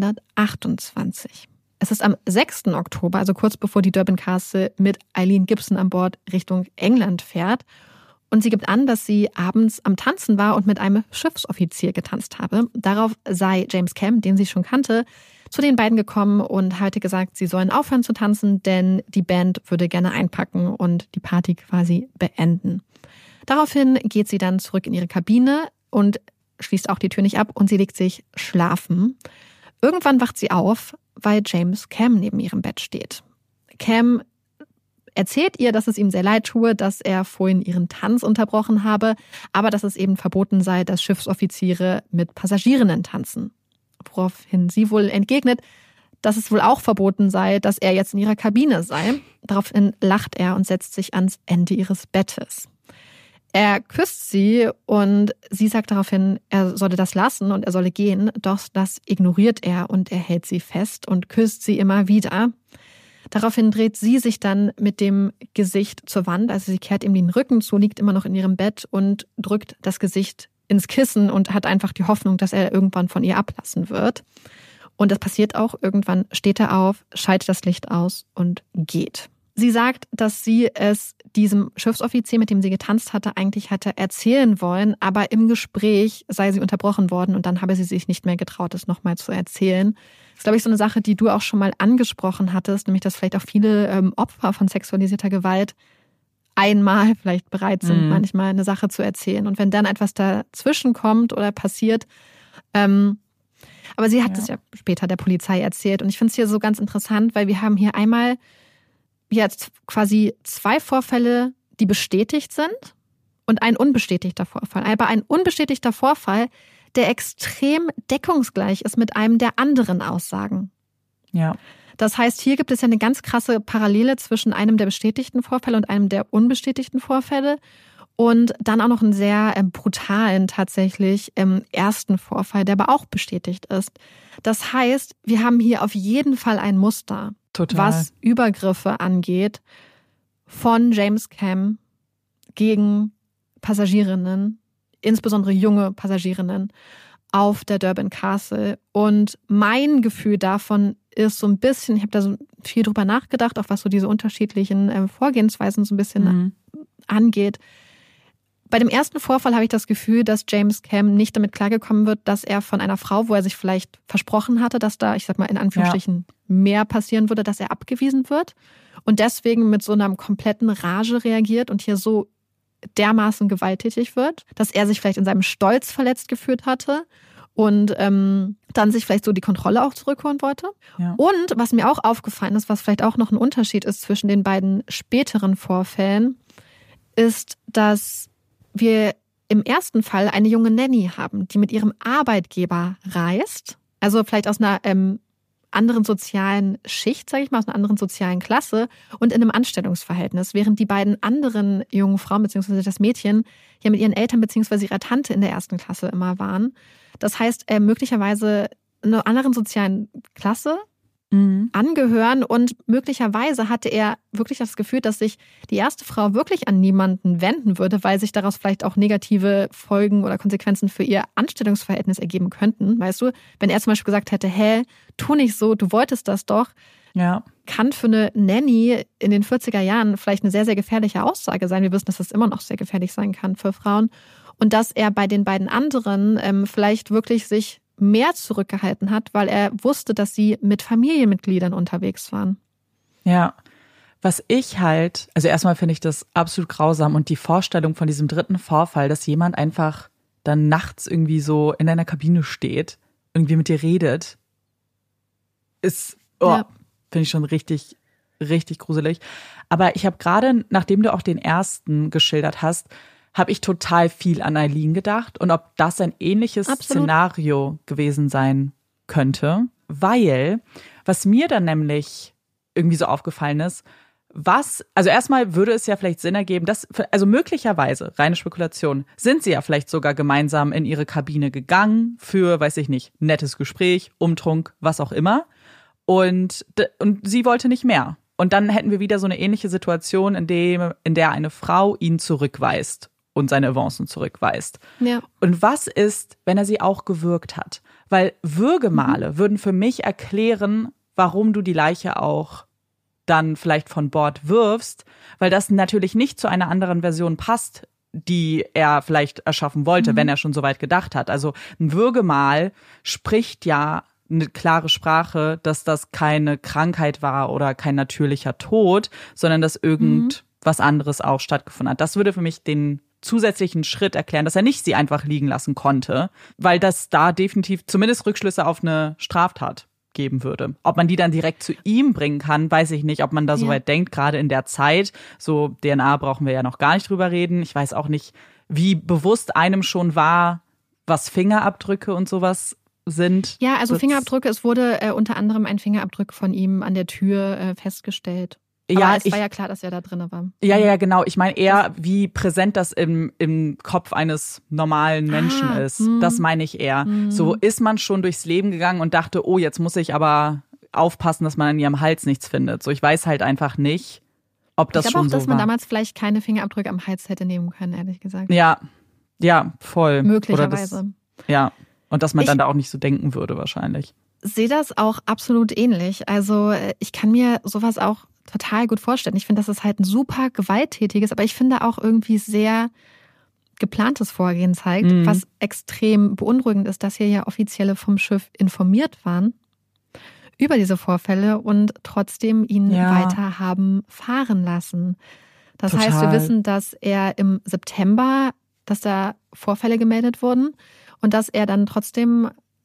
128. Es ist am 6. Oktober, also kurz bevor die Durban Castle mit Eileen Gibson an Bord Richtung England fährt. Und sie gibt an, dass sie abends am Tanzen war und mit einem Schiffsoffizier getanzt habe. Darauf sei James Cam, den sie schon kannte, zu den beiden gekommen und hatte gesagt, sie sollen aufhören zu tanzen, denn die Band würde gerne einpacken und die Party quasi beenden. Daraufhin geht sie dann zurück in ihre Kabine und schließt auch die Tür nicht ab und sie legt sich schlafen. Irgendwann wacht sie auf, weil James Cam neben ihrem Bett steht. Cam erzählt ihr, dass es ihm sehr leid tue, dass er vorhin ihren Tanz unterbrochen habe, aber dass es eben verboten sei, dass Schiffsoffiziere mit Passagierinnen tanzen. Woraufhin sie wohl entgegnet, dass es wohl auch verboten sei, dass er jetzt in ihrer Kabine sei. Daraufhin lacht er und setzt sich ans Ende ihres Bettes. Er küsst sie und sie sagt daraufhin, er solle das lassen und er solle gehen, doch das ignoriert er und er hält sie fest und küsst sie immer wieder. Daraufhin dreht sie sich dann mit dem Gesicht zur Wand, also sie kehrt ihm den Rücken zu, liegt immer noch in ihrem Bett und drückt das Gesicht ins Kissen und hat einfach die Hoffnung, dass er irgendwann von ihr ablassen wird. Und das passiert auch. Irgendwann steht er auf, schaltet das Licht aus und geht. Sie sagt, dass sie es diesem Schiffsoffizier, mit dem sie getanzt hatte, eigentlich hatte erzählen wollen, aber im Gespräch sei sie unterbrochen worden und dann habe sie sich nicht mehr getraut, es nochmal zu erzählen. Das ist, glaube ich, so eine Sache, die du auch schon mal angesprochen hattest, nämlich, dass vielleicht auch viele Opfer von sexualisierter Gewalt einmal vielleicht bereit sind, manchmal eine Sache zu erzählen. Und wenn dann etwas dazwischen kommt oder passiert, Aber sie hat es ja später der Polizei erzählt. Und ich finde es hier so ganz interessant, weil wir haben hier einmal jetzt quasi 2 Vorfälle, die bestätigt sind und ein unbestätigter Vorfall. Aber ein unbestätigter Vorfall, der extrem deckungsgleich ist mit einem der anderen Aussagen. Ja. Das heißt, hier gibt es ja eine ganz krasse Parallele zwischen einem der bestätigten Vorfälle und einem der unbestätigten Vorfälle. Und dann auch noch einen sehr brutalen tatsächlich ersten Vorfall, der aber auch bestätigt ist. Das heißt, wir haben hier auf jeden Fall ein Muster, was Übergriffe angeht, von James Cam gegen Passagierinnen, insbesondere junge Passagierinnen auf der Durban Castle. Und mein Gefühl davon ist so ein bisschen, ich habe da so viel drüber nachgedacht, auch was so diese unterschiedlichen Vorgehensweisen so ein bisschen angeht. Bei dem ersten Vorfall habe ich das Gefühl, dass James Cam nicht damit klargekommen wird, dass er von einer Frau, wo er sich vielleicht versprochen hatte, dass da, ich sag mal in Anführungsstrichen, mehr passieren würde, dass er abgewiesen wird und deswegen mit so einer kompletten Rage reagiert und hier so dermaßen gewalttätig wird, dass er sich vielleicht in seinem Stolz verletzt gefühlt hatte und dann sich vielleicht so die Kontrolle auch zurückholen wollte. Ja. Und was mir auch aufgefallen ist, was vielleicht auch noch ein Unterschied ist zwischen den beiden späteren Vorfällen, ist, dass wir im ersten Fall eine junge Nanny haben, die mit ihrem Arbeitgeber reist, also vielleicht aus einer anderen sozialen Schicht, sage ich mal, aus einer anderen sozialen Klasse und in einem Anstellungsverhältnis, während die beiden anderen jungen Frauen bzw. das Mädchen ja mit ihren Eltern bzw. ihrer Tante in der ersten Klasse immer waren. Das heißt, möglicherweise in einer anderen sozialen Klasse angehören und möglicherweise hatte er wirklich das Gefühl, dass sich die erste Frau wirklich an niemanden wenden würde, weil sich daraus vielleicht auch negative Folgen oder Konsequenzen für ihr Anstellungsverhältnis ergeben könnten. Weißt du, wenn er zum Beispiel gesagt hätte, tu nicht so, du wolltest das doch, kann für eine Nanny in den 40er Jahren vielleicht eine sehr, sehr gefährliche Aussage sein. Wir wissen, dass das immer noch sehr gefährlich sein kann für Frauen. Und dass er bei den beiden anderen vielleicht wirklich sich mehr zurückgehalten hat, weil er wusste, dass sie mit Familienmitgliedern unterwegs waren. Ja, was ich halt, also erstmal finde ich das absolut grausam und die Vorstellung von diesem dritten Vorfall, dass jemand einfach dann nachts irgendwie so in deiner Kabine steht, irgendwie mit dir redet, ist, finde ich schon richtig, richtig gruselig. Aber ich habe gerade, nachdem du auch den ersten geschildert hast, habe ich total viel an Eileen gedacht und ob das ein ähnliches Szenario gewesen sein könnte. Weil, was mir dann nämlich irgendwie so aufgefallen ist, also erstmal würde es ja vielleicht Sinn ergeben, also möglicherweise, reine Spekulation, sind sie ja vielleicht sogar gemeinsam in ihre Kabine gegangen für, weiß ich nicht, nettes Gespräch, Umtrunk, was auch immer. Und sie wollte nicht mehr. Und dann hätten wir wieder so eine ähnliche Situation, in der eine Frau ihn zurückweist und seine Avancen zurückweist. Ja. Und was ist, wenn er sie auch gewürgt hat? Weil Würgemale würden für mich erklären, warum du die Leiche auch dann vielleicht von Bord wirfst, weil das natürlich nicht zu einer anderen Version passt, die er vielleicht erschaffen wollte, wenn er schon so weit gedacht hat. Also ein Würgemal spricht ja eine klare Sprache, dass das keine Krankheit war oder kein natürlicher Tod, sondern dass irgendwas anderes auch stattgefunden hat. Das würde für mich den zusätzlichen Schritt erklären, dass er nicht sie einfach liegen lassen konnte, weil das da definitiv zumindest Rückschlüsse auf eine Straftat geben würde. Ob man die dann direkt zu ihm bringen kann, weiß ich nicht, ob man da so weit denkt, gerade in der Zeit. So DNA brauchen wir ja noch gar nicht drüber reden. Ich weiß auch nicht, wie bewusst einem schon war, was Fingerabdrücke und sowas sind. Ja, also Fingerabdrücke, es wurde unter anderem ein Fingerabdruck von ihm an der Tür festgestellt. Aber es war ja klar, dass er da drin war. Ja, genau. Ich meine eher, wie präsent das im Kopf eines normalen Menschen ist. Das meine ich eher. So ist man schon durchs Leben gegangen und dachte, oh, jetzt muss ich aber aufpassen, dass man an ihrem Hals nichts findet. So, ich weiß halt einfach nicht, ob das schon so war. Ich glaube auch, dass man damals vielleicht keine Fingerabdrücke am Hals hätte nehmen können, ehrlich gesagt. Ja, voll. Möglicherweise. Und dass man dann da auch nicht so denken würde wahrscheinlich. Sehe das auch absolut ähnlich. Also ich kann mir sowas auch total gut vorstellen. Ich finde, das ist halt ein super gewalttätiges, aber ich finde auch irgendwie sehr geplantes Vorgehen zeigt, was extrem beunruhigend ist, dass hier ja Offizielle vom Schiff informiert waren über diese Vorfälle und trotzdem ihn weiter haben fahren lassen. Das heißt, wir wissen, dass er im September, dass da Vorfälle gemeldet wurden und dass er dann trotzdem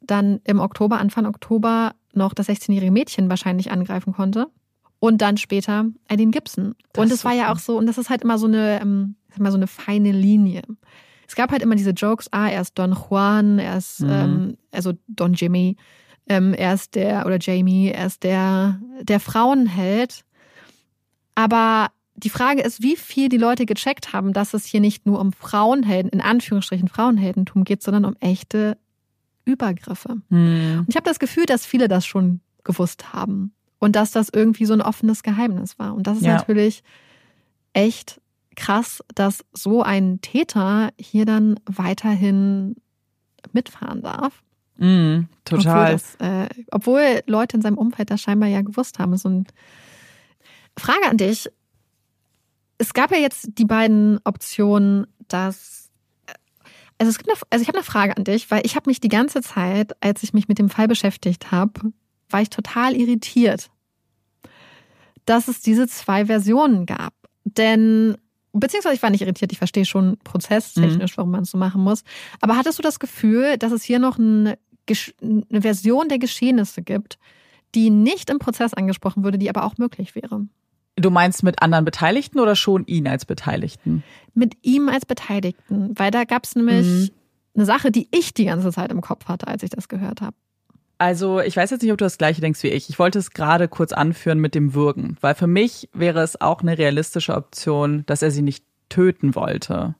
dann im Oktober, Anfang Oktober, noch das 16-jährige Mädchen wahrscheinlich angreifen konnte. Und dann später Eileen Gibson. Und es war ja auch so, und das ist halt immer so eine feine Linie. Es gab halt immer diese Jokes, er ist Don Juan, er ist, also Don Jimmy, er ist Jamie, er ist der Frauenheld. Aber die Frage ist, wie viel die Leute gecheckt haben, dass es hier nicht nur um Frauenhelden, in Anführungsstrichen Frauenheldentum geht, sondern um echte Übergriffe. Und ich habe das Gefühl, dass viele das schon gewusst haben. Und dass das irgendwie so ein offenes Geheimnis war. Und das ist natürlich echt krass, dass so ein Täter hier dann weiterhin mitfahren darf. Total. Obwohl Leute in seinem Umfeld das scheinbar ja gewusst haben. So eine Frage an dich. Es gab ja jetzt die beiden Optionen, dass... Also ich habe eine Frage an dich, weil ich habe mich die ganze Zeit, als ich mich mit dem Fall beschäftigt habe, war ich total irritiert, dass es diese zwei Versionen gab. Beziehungsweise ich war nicht irritiert, ich verstehe schon prozesstechnisch, warum man es so machen muss. Aber hattest du das Gefühl, dass es hier noch eine Version der Geschehnisse gibt, die nicht im Prozess angesprochen würde, die aber auch möglich wäre? Du meinst mit anderen Beteiligten oder schon ihn als Beteiligten? Mit ihm als Beteiligten, weil da gab es nämlich eine Sache, die ich die ganze Zeit im Kopf hatte, als ich das gehört habe. Also ich weiß jetzt nicht, ob du das Gleiche denkst wie ich. Ich wollte es gerade kurz anführen mit dem Würgen, weil für mich wäre es auch eine realistische Option, dass er sie nicht töten wollte,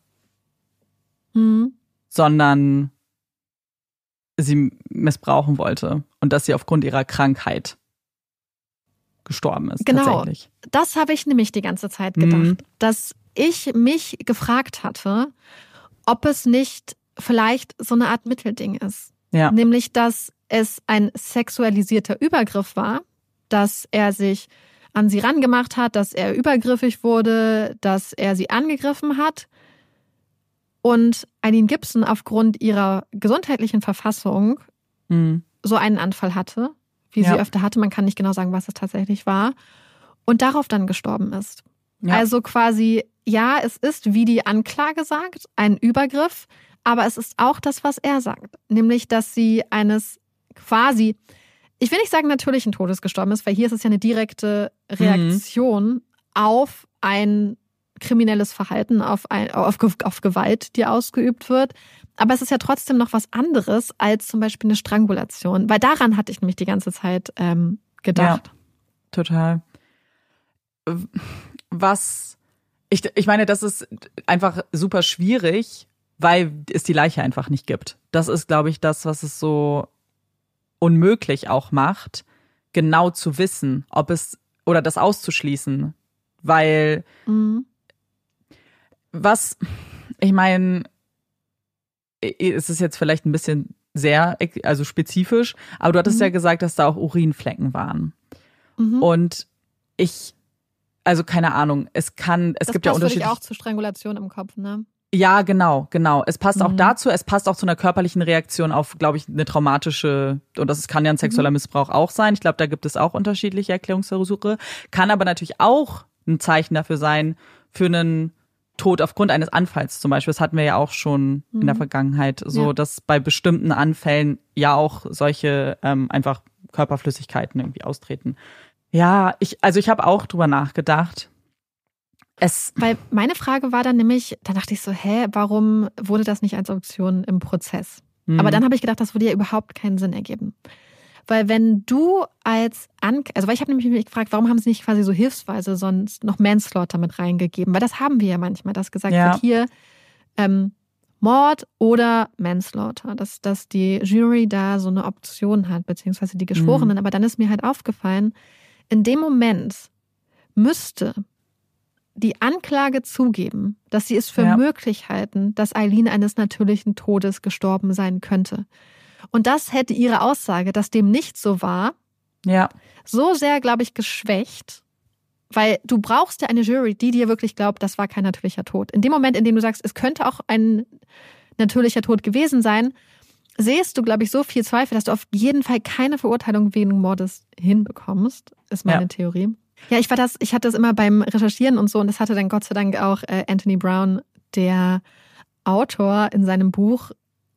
sondern sie missbrauchen wollte und dass sie aufgrund ihrer Krankheit gestorben ist. Genau, tatsächlich. Das habe ich nämlich die ganze Zeit gedacht, dass ich mich gefragt hatte, ob es nicht vielleicht so eine Art Mittelding ist. Ja. Nämlich, dass es ein sexualisierter Übergriff war, dass er sich an sie rangemacht hat, dass er übergriffig wurde, dass er sie angegriffen hat und Eileen Gibson aufgrund ihrer gesundheitlichen Verfassung so einen Anfall hatte, wie sie öfter hatte. Man kann nicht genau sagen, was es tatsächlich war. Und darauf dann gestorben ist. Ja. Also quasi, ja, es ist, wie die Anklage sagt, ein Übergriff, aber es ist auch das, was er sagt. Nämlich, dass sie eines quasi, ich will nicht sagen natürlichen Todes gestorben ist, weil hier ist es ja eine direkte Reaktion auf ein kriminelles Verhalten, auf Gewalt, die ausgeübt wird. Aber es ist ja trotzdem noch was anderes als zum Beispiel eine Strangulation. Weil daran hatte ich nämlich die ganze Zeit gedacht. Ja, total. Ich meine, das ist einfach super schwierig, weil es die Leiche einfach nicht gibt. Das ist, glaube ich, das, was es so unmöglich auch macht, genau zu wissen, ob es oder das auszuschließen. Weil ich meine, es ist jetzt vielleicht ein bisschen sehr, also spezifisch, aber du hattest ja gesagt, dass da auch Urinflecken waren. Und also keine Ahnung, es gibt ja unterschiedliche... Das passt auch zur Strangulation im Kopf, ne? Ja, genau. Es passt auch dazu, es passt auch zu einer körperlichen Reaktion auf, glaube ich, eine traumatische, und das kann ja ein sexueller Missbrauch auch sein. Ich glaube, da gibt es auch unterschiedliche Erklärungsversuche. Kann aber natürlich auch ein Zeichen dafür sein, für einen Tod aufgrund eines Anfalls zum Beispiel. Das hatten wir ja auch schon in der Vergangenheit, so dass bei bestimmten Anfällen ja auch solche einfach Körperflüssigkeiten irgendwie austreten. Ja, ich habe auch drüber nachgedacht. Weil meine Frage war dann nämlich, da dachte ich so, warum wurde das nicht als Option im Prozess? Aber dann habe ich gedacht, das würde ja überhaupt keinen Sinn ergeben. Weil wenn du weil ich habe nämlich mich gefragt, warum haben sie nicht quasi so hilfsweise sonst noch Manslaughter mit reingegeben? Weil das haben wir ja manchmal, dass gesagt wird, hier Mord oder Manslaughter, dass die Jury da so eine Option hat, beziehungsweise die Geschworenen. Aber dann ist mir halt aufgefallen, in dem Moment müsste die Anklage zugeben, dass sie es für möglich halten, dass Eileen eines natürlichen Todes gestorben sein könnte. Und das hätte ihre Aussage, dass dem nicht so war, so sehr, glaube ich, geschwächt, weil du brauchst ja eine Jury, die dir wirklich glaubt, das war kein natürlicher Tod. In dem Moment, in dem du sagst, es könnte auch ein natürlicher Tod gewesen sein, siehst du, glaube ich, so viel Zweifel, dass du auf jeden Fall keine Verurteilung wegen Mordes hinbekommst, ist meine Theorie. Ja, ich hatte das immer beim Recherchieren und so, und das hatte dann Gott sei Dank auch Anthony Brown, der Autor, in seinem Buch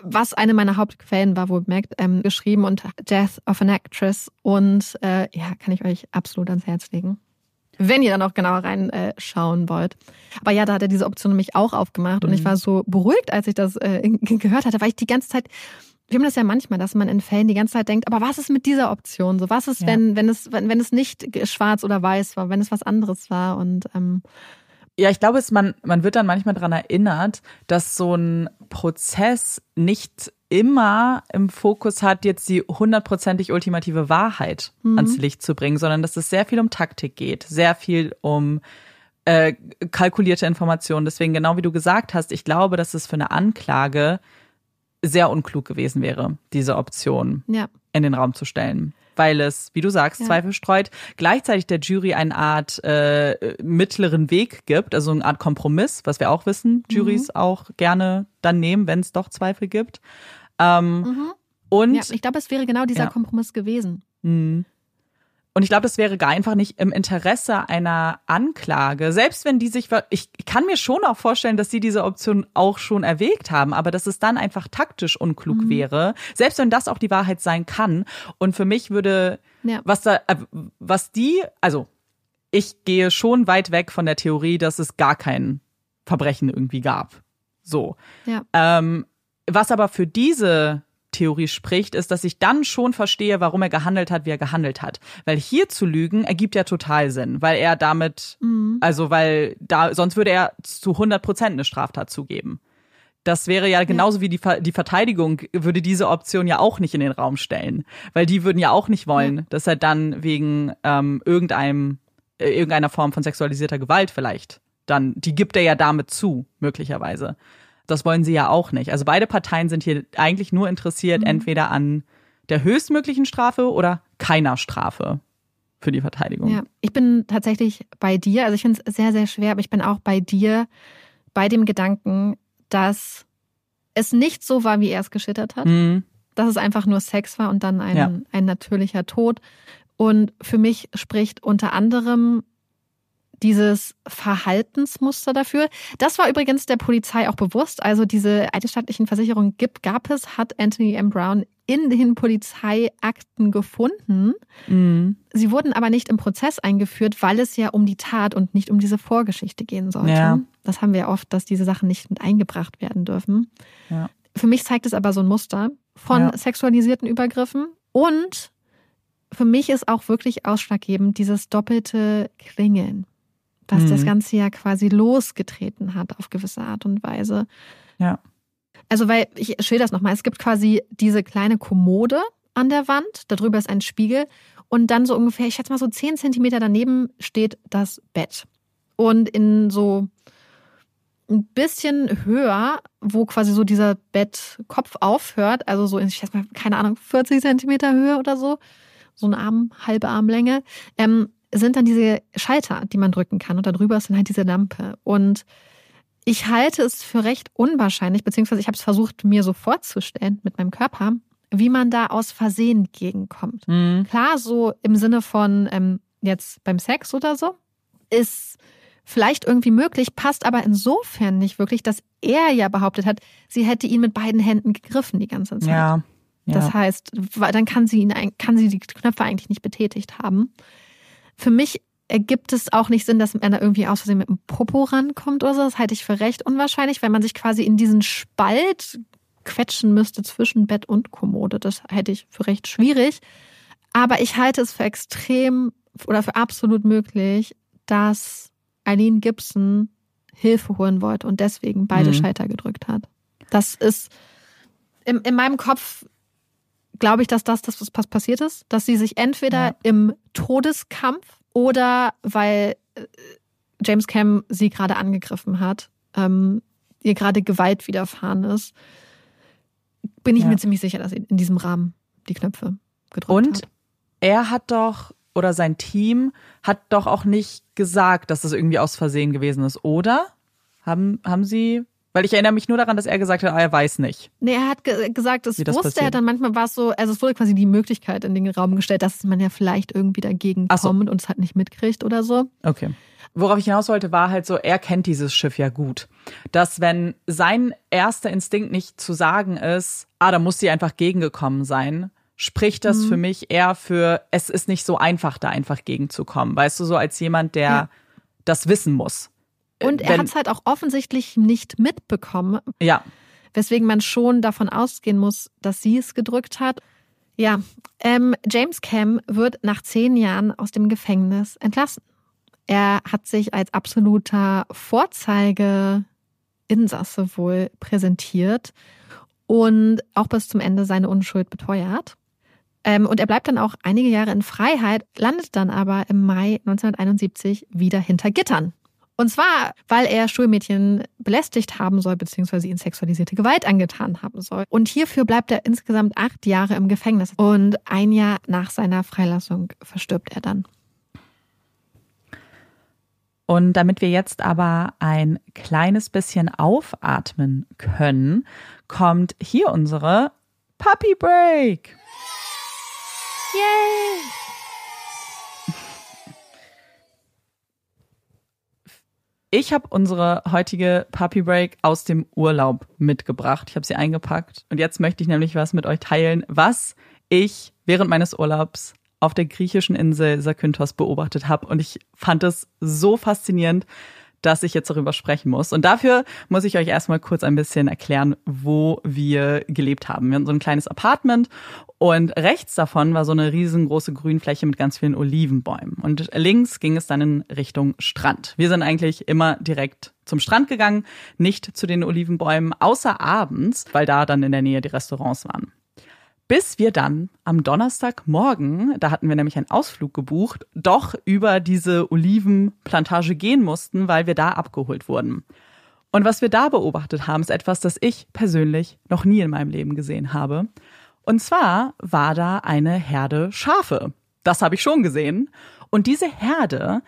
was eine meiner Hauptquellen war, wohlbemerkt, geschrieben und Death of an Actress. Und kann ich euch absolut ans Herz legen. Wenn ihr dann auch genauer reinschauen wollt. Aber ja, da hat er diese Option nämlich auch aufgemacht. Und ich war so beruhigt, als ich das gehört hatte, weil ich die ganze Zeit, wir haben das ja manchmal, dass man in Fällen die ganze Zeit denkt, aber was ist mit dieser Option? So, was ist, wenn es nicht schwarz oder weiß war, wenn es was anderes war? Und ja, ich glaube, man wird dann manchmal daran erinnert, dass so ein Prozess nicht immer im Fokus hat, jetzt die 100%ig ultimative Wahrheit ans Licht zu bringen, sondern dass es sehr viel um Taktik geht, sehr viel um kalkulierte Informationen. Deswegen, genau wie du gesagt hast, ich glaube, dass es für eine Anklage sehr unklug gewesen wäre, diese Option in den Raum zu stellen. Weil es, wie du sagst, Zweifel streut, gleichzeitig der Jury eine Art mittleren Weg gibt, also eine Art Kompromiss, was wir auch wissen, Jurys auch gerne dann nehmen, wenn es doch Zweifel gibt. Und ich glaube, es wäre genau dieser Kompromiss gewesen. Und ich glaube, das wäre gar einfach nicht im Interesse einer Anklage, selbst wenn die sich, ich kann mir schon auch vorstellen, dass sie diese Option auch schon erwägt haben, aber dass es dann einfach taktisch unklug wäre, selbst wenn das auch die Wahrheit sein kann. Und für mich würde, also ich gehe schon weit weg von der Theorie, dass es gar kein Verbrechen irgendwie gab. So. Ja. Was aber für diese Theorie spricht, ist, dass ich dann schon verstehe, warum er gehandelt hat, wie er gehandelt hat. Weil hier zu lügen ergibt ja total Sinn, weil er damit, sonst würde er zu 100% eine Straftat zugeben. Das wäre ja genauso wie die Verteidigung würde diese Option ja auch nicht in den Raum stellen, weil die würden ja auch nicht wollen, dass er dann wegen irgendeiner Form von sexualisierter Gewalt vielleicht dann, die gibt er ja damit zu, möglicherweise. Das wollen sie ja auch nicht. Also beide Parteien sind hier eigentlich nur interessiert, entweder an der höchstmöglichen Strafe oder keiner Strafe für die Verteidigung. Ja, ich bin tatsächlich bei dir. Also ich finde es sehr, sehr schwer, aber ich bin auch bei dir bei dem Gedanken, dass es nicht so war, wie er es geschildert hat. Dass es einfach nur Sex war und dann ein natürlicher Tod. Und für mich spricht unter anderem dieses Verhaltensmuster dafür. Das war übrigens der Polizei auch bewusst. Also diese eidesstattlichen Versicherungen gab es, hat Anthony M. Brown in den Polizeiakten gefunden. Sie wurden aber nicht im Prozess eingeführt, weil es ja um die Tat und nicht um diese Vorgeschichte gehen sollte. Ja. Das haben wir oft, dass diese Sachen nicht mit eingebracht werden dürfen. Ja. Für mich zeigt es aber so ein Muster von sexualisierten Übergriffen. Und für mich ist auch wirklich ausschlaggebend dieses doppelte Klingeln, was das Ganze ja quasi losgetreten hat auf gewisse Art und Weise. Ja. Also, weil, ich schilder das nochmal, es gibt quasi diese kleine Kommode an der Wand, darüber ist ein Spiegel und dann so ungefähr, ich schätze mal so 10 Zentimeter daneben steht das Bett. Und in so ein bisschen höher, wo quasi so dieser Bettkopf aufhört, also so in, ich schätze mal, keine Ahnung, 40 Zentimeter Höhe oder so eine halbe Armlänge, sind dann diese Schalter, die man drücken kann. Und darüber ist dann halt diese Lampe. Und ich halte es für recht unwahrscheinlich, beziehungsweise ich habe es versucht, mir so vorzustellen mit meinem Körper, wie man da aus Versehen gegenkommt. Klar, so im Sinne von jetzt beim Sex oder so, ist vielleicht irgendwie möglich, passt aber insofern nicht wirklich, dass er ja behauptet hat, sie hätte ihn mit beiden Händen gegriffen die ganze Zeit. Ja. Das heißt, dann kann sie die Knöpfe eigentlich nicht betätigt haben. Für mich ergibt es auch nicht Sinn, dass man da irgendwie aus Versehen mit dem Popo rankommt oder so. Das halte ich für recht unwahrscheinlich, weil man sich quasi in diesen Spalt quetschen müsste zwischen Bett und Kommode. Das halte ich für recht schwierig. Aber ich halte es für extrem oder für absolut möglich, dass Eileen Gibson Hilfe holen wollte und deswegen beide Schalter gedrückt hat. Das ist in meinem Kopf, glaube ich, dass das was passiert ist, dass sie sich entweder im Todeskampf oder weil James Cam sie gerade angegriffen hat, ihr gerade Gewalt widerfahren ist, bin ich mir ziemlich sicher, dass sie in diesem Rahmen die Knöpfe gedrückt hat. Und er hat doch, oder sein Team hat doch auch nicht gesagt, dass das irgendwie aus Versehen gewesen ist, oder? Haben sie Weil ich erinnere mich nur daran, dass er gesagt hat, er weiß nicht. Nee, er hat gesagt, das wusste passiert. er, dann manchmal war es so, also es wurde quasi die Möglichkeit in den Raum gestellt, dass man ja vielleicht irgendwie dagegen kommt und es halt nicht mitkriegt oder so. Okay. Worauf ich hinaus wollte, war halt so, er kennt dieses Schiff ja gut. Dass wenn sein erster Instinkt nicht zu sagen ist, da muss sie einfach gegengekommen sein, spricht das für mich eher für, es ist nicht so einfach, da einfach gegenzukommen. Weißt du, so als jemand, der das wissen muss. Und er hat es halt auch offensichtlich nicht mitbekommen. Ja. Weswegen man schon davon ausgehen muss, dass sie es gedrückt hat. Ja, James Cam wird nach 10 Jahren aus dem Gefängnis entlassen. Er hat sich als absoluter Vorzeigeinsasse wohl präsentiert und auch bis zum Ende seine Unschuld beteuert. Und er bleibt dann auch einige Jahre in Freiheit, landet dann aber im Mai 1971 wieder hinter Gittern. Und zwar, weil er Schulmädchen belästigt haben soll, beziehungsweise ihnen sexualisierte Gewalt angetan haben soll. Und hierfür bleibt er insgesamt 8 Jahre im Gefängnis. Und 1 Jahr nach seiner Freilassung verstirbt er dann. Und damit wir jetzt aber ein kleines bisschen aufatmen können, kommt hier unsere Puppy Break. Yay! Ich habe unsere heutige Puppy Break aus dem Urlaub mitgebracht. Ich habe sie eingepackt und jetzt möchte ich nämlich was mit euch teilen, was ich während meines Urlaubs auf der griechischen Insel Zakynthos beobachtet habe. Und ich fand es so faszinierend, dass ich jetzt darüber sprechen muss. Und dafür muss ich euch erstmal kurz ein bisschen erklären, wo wir gelebt haben. Wir hatten so ein kleines Apartment und rechts davon war so eine riesengroße Grünfläche mit ganz vielen Olivenbäumen. Und links ging es dann in Richtung Strand. Wir sind eigentlich immer direkt zum Strand gegangen, nicht zu den Olivenbäumen, außer abends, weil da dann in der Nähe die Restaurants waren. Bis wir dann am Donnerstagmorgen, da hatten wir nämlich einen Ausflug gebucht, doch über diese Olivenplantage gehen mussten, weil wir da abgeholt wurden. Und was wir da beobachtet haben, ist etwas, das ich persönlich noch nie in meinem Leben gesehen habe. Und zwar war da eine Herde Schafe. Das habe ich schon gesehen. Und diese Herde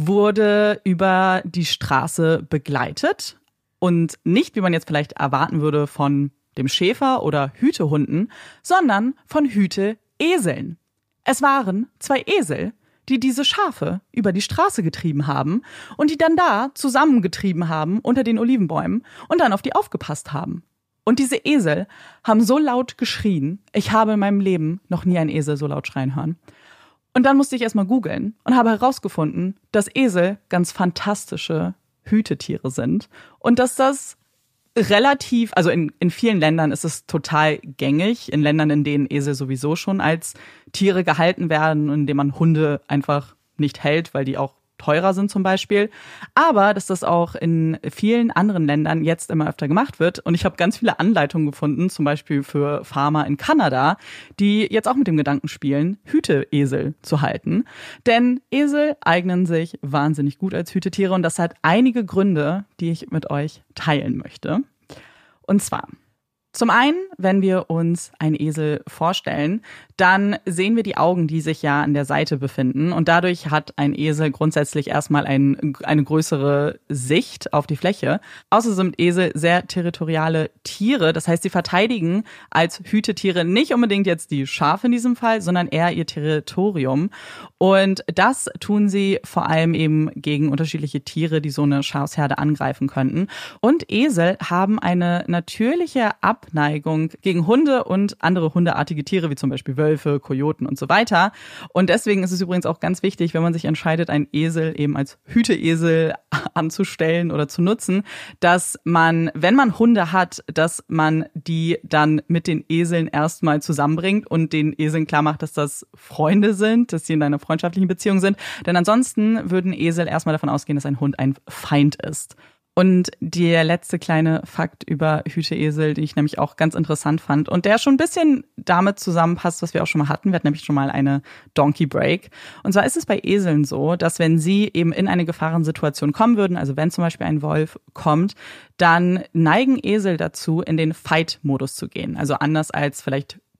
wurde über die Straße begleitet und nicht, wie man jetzt vielleicht erwarten würde, von dem Schäfer oder Hütehunden, sondern von Hüteeseln. Es waren 2 Esel, die diese Schafe über die Straße getrieben haben und die dann da zusammengetrieben haben unter den Olivenbäumen und dann auf die aufgepasst haben. Und diese Esel haben so laut geschrien, ich habe in meinem Leben noch nie einen Esel so laut schreien hören. Und dann musste ich erstmal googeln und habe herausgefunden, dass Esel ganz fantastische Hütetiere sind und dass das relativ, also in vielen Ländern ist es total gängig, in Ländern, in denen Esel sowieso schon als Tiere gehalten werden und in denen man Hunde einfach nicht hält, weil die auch teurer sind zum Beispiel. Aber dass das auch in vielen anderen Ländern jetzt immer öfter gemacht wird. Und ich habe ganz viele Anleitungen gefunden, zum Beispiel für Farmer in Kanada, die jetzt auch mit dem Gedanken spielen, Hüteesel zu halten. Denn Esel eignen sich wahnsinnig gut als Hütetiere und das hat einige Gründe, die ich mit euch teilen möchte. Und zwar: Zum einen, wenn wir uns einen Esel vorstellen, dann sehen wir die Augen, die sich ja an der Seite befinden. Und dadurch hat ein Esel grundsätzlich erstmal eine größere Sicht auf die Fläche. Außerdem sind Esel sehr territoriale Tiere. Das heißt, sie verteidigen als Hütetiere nicht unbedingt jetzt die Schafe in diesem Fall, sondern eher ihr Territorium. Und das tun sie vor allem eben gegen unterschiedliche Tiere, die so eine Schafsherde angreifen könnten. Und Esel haben eine natürliche Abneigung gegen Hunde und andere hundeartige Tiere, wie zum Beispiel Wölfe, Kojoten und so weiter. Und deswegen ist es übrigens auch ganz wichtig, wenn man sich entscheidet, einen Esel eben als Hüteesel anzustellen oder zu nutzen, dass man, wenn man Hunde hat, dass man die dann mit den Eseln erstmal zusammenbringt und den Eseln klar macht, dass das Freunde sind, dass sie in einer freundschaftlichen Beziehung sind. Denn ansonsten würden Esel erstmal davon ausgehen, dass ein Hund ein Feind ist. Und der letzte kleine Fakt über Hüteesel, den ich nämlich auch ganz interessant fand und der schon ein bisschen damit zusammenpasst, was wir auch schon mal hatten. Wir hatten nämlich schon mal eine Donkey Break. Und zwar ist es bei Eseln so, dass wenn sie eben in eine Gefahrensituation kommen würden, also wenn zum Beispiel ein Wolf kommt, dann neigen Esel dazu, in den Fight-Modus zu gehen. Also anders als vielleicht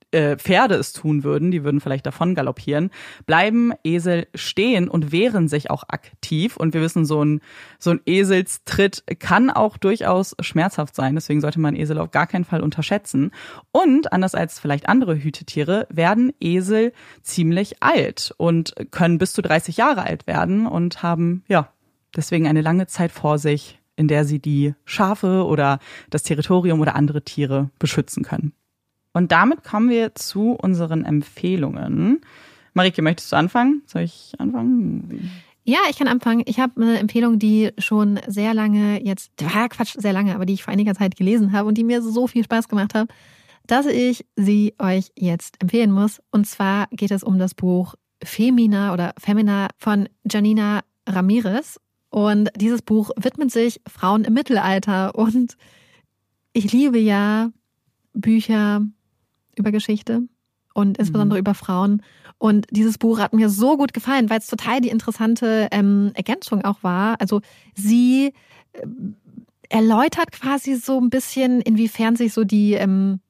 Pferde es tun würden, die würden vielleicht davon galoppieren, bleiben Esel stehen und wehren sich auch aktiv. Und wir wissen, so ein Eselstritt kann auch durchaus schmerzhaft sein. Deswegen sollte man Esel auf gar keinen Fall unterschätzen. Und anders als vielleicht andere Hütetiere werden Esel ziemlich alt und können bis zu 30 Jahre alt werden und haben deswegen eine lange Zeit vor sich, in der sie die Schafe oder das Territorium oder andere Tiere beschützen können. Und damit kommen wir zu unseren Empfehlungen. Marike, möchtest du anfangen? Soll ich anfangen? Ja, ich kann anfangen. Ich habe eine Empfehlung, die schon sehr lange sehr lange, aber die ich vor einiger Zeit gelesen habe und die mir so viel Spaß gemacht hat, dass ich sie euch jetzt empfehlen muss. Und zwar geht es um das Buch Femina von Janina Ramirez. Und dieses Buch widmet sich Frauen im Mittelalter. Und ich liebe ja Bücher über Geschichte und insbesondere über Frauen. Und dieses Buch hat mir so gut gefallen, weil es total die interessante Ergänzung auch war. Also sie erläutert quasi so ein bisschen, inwiefern sich so die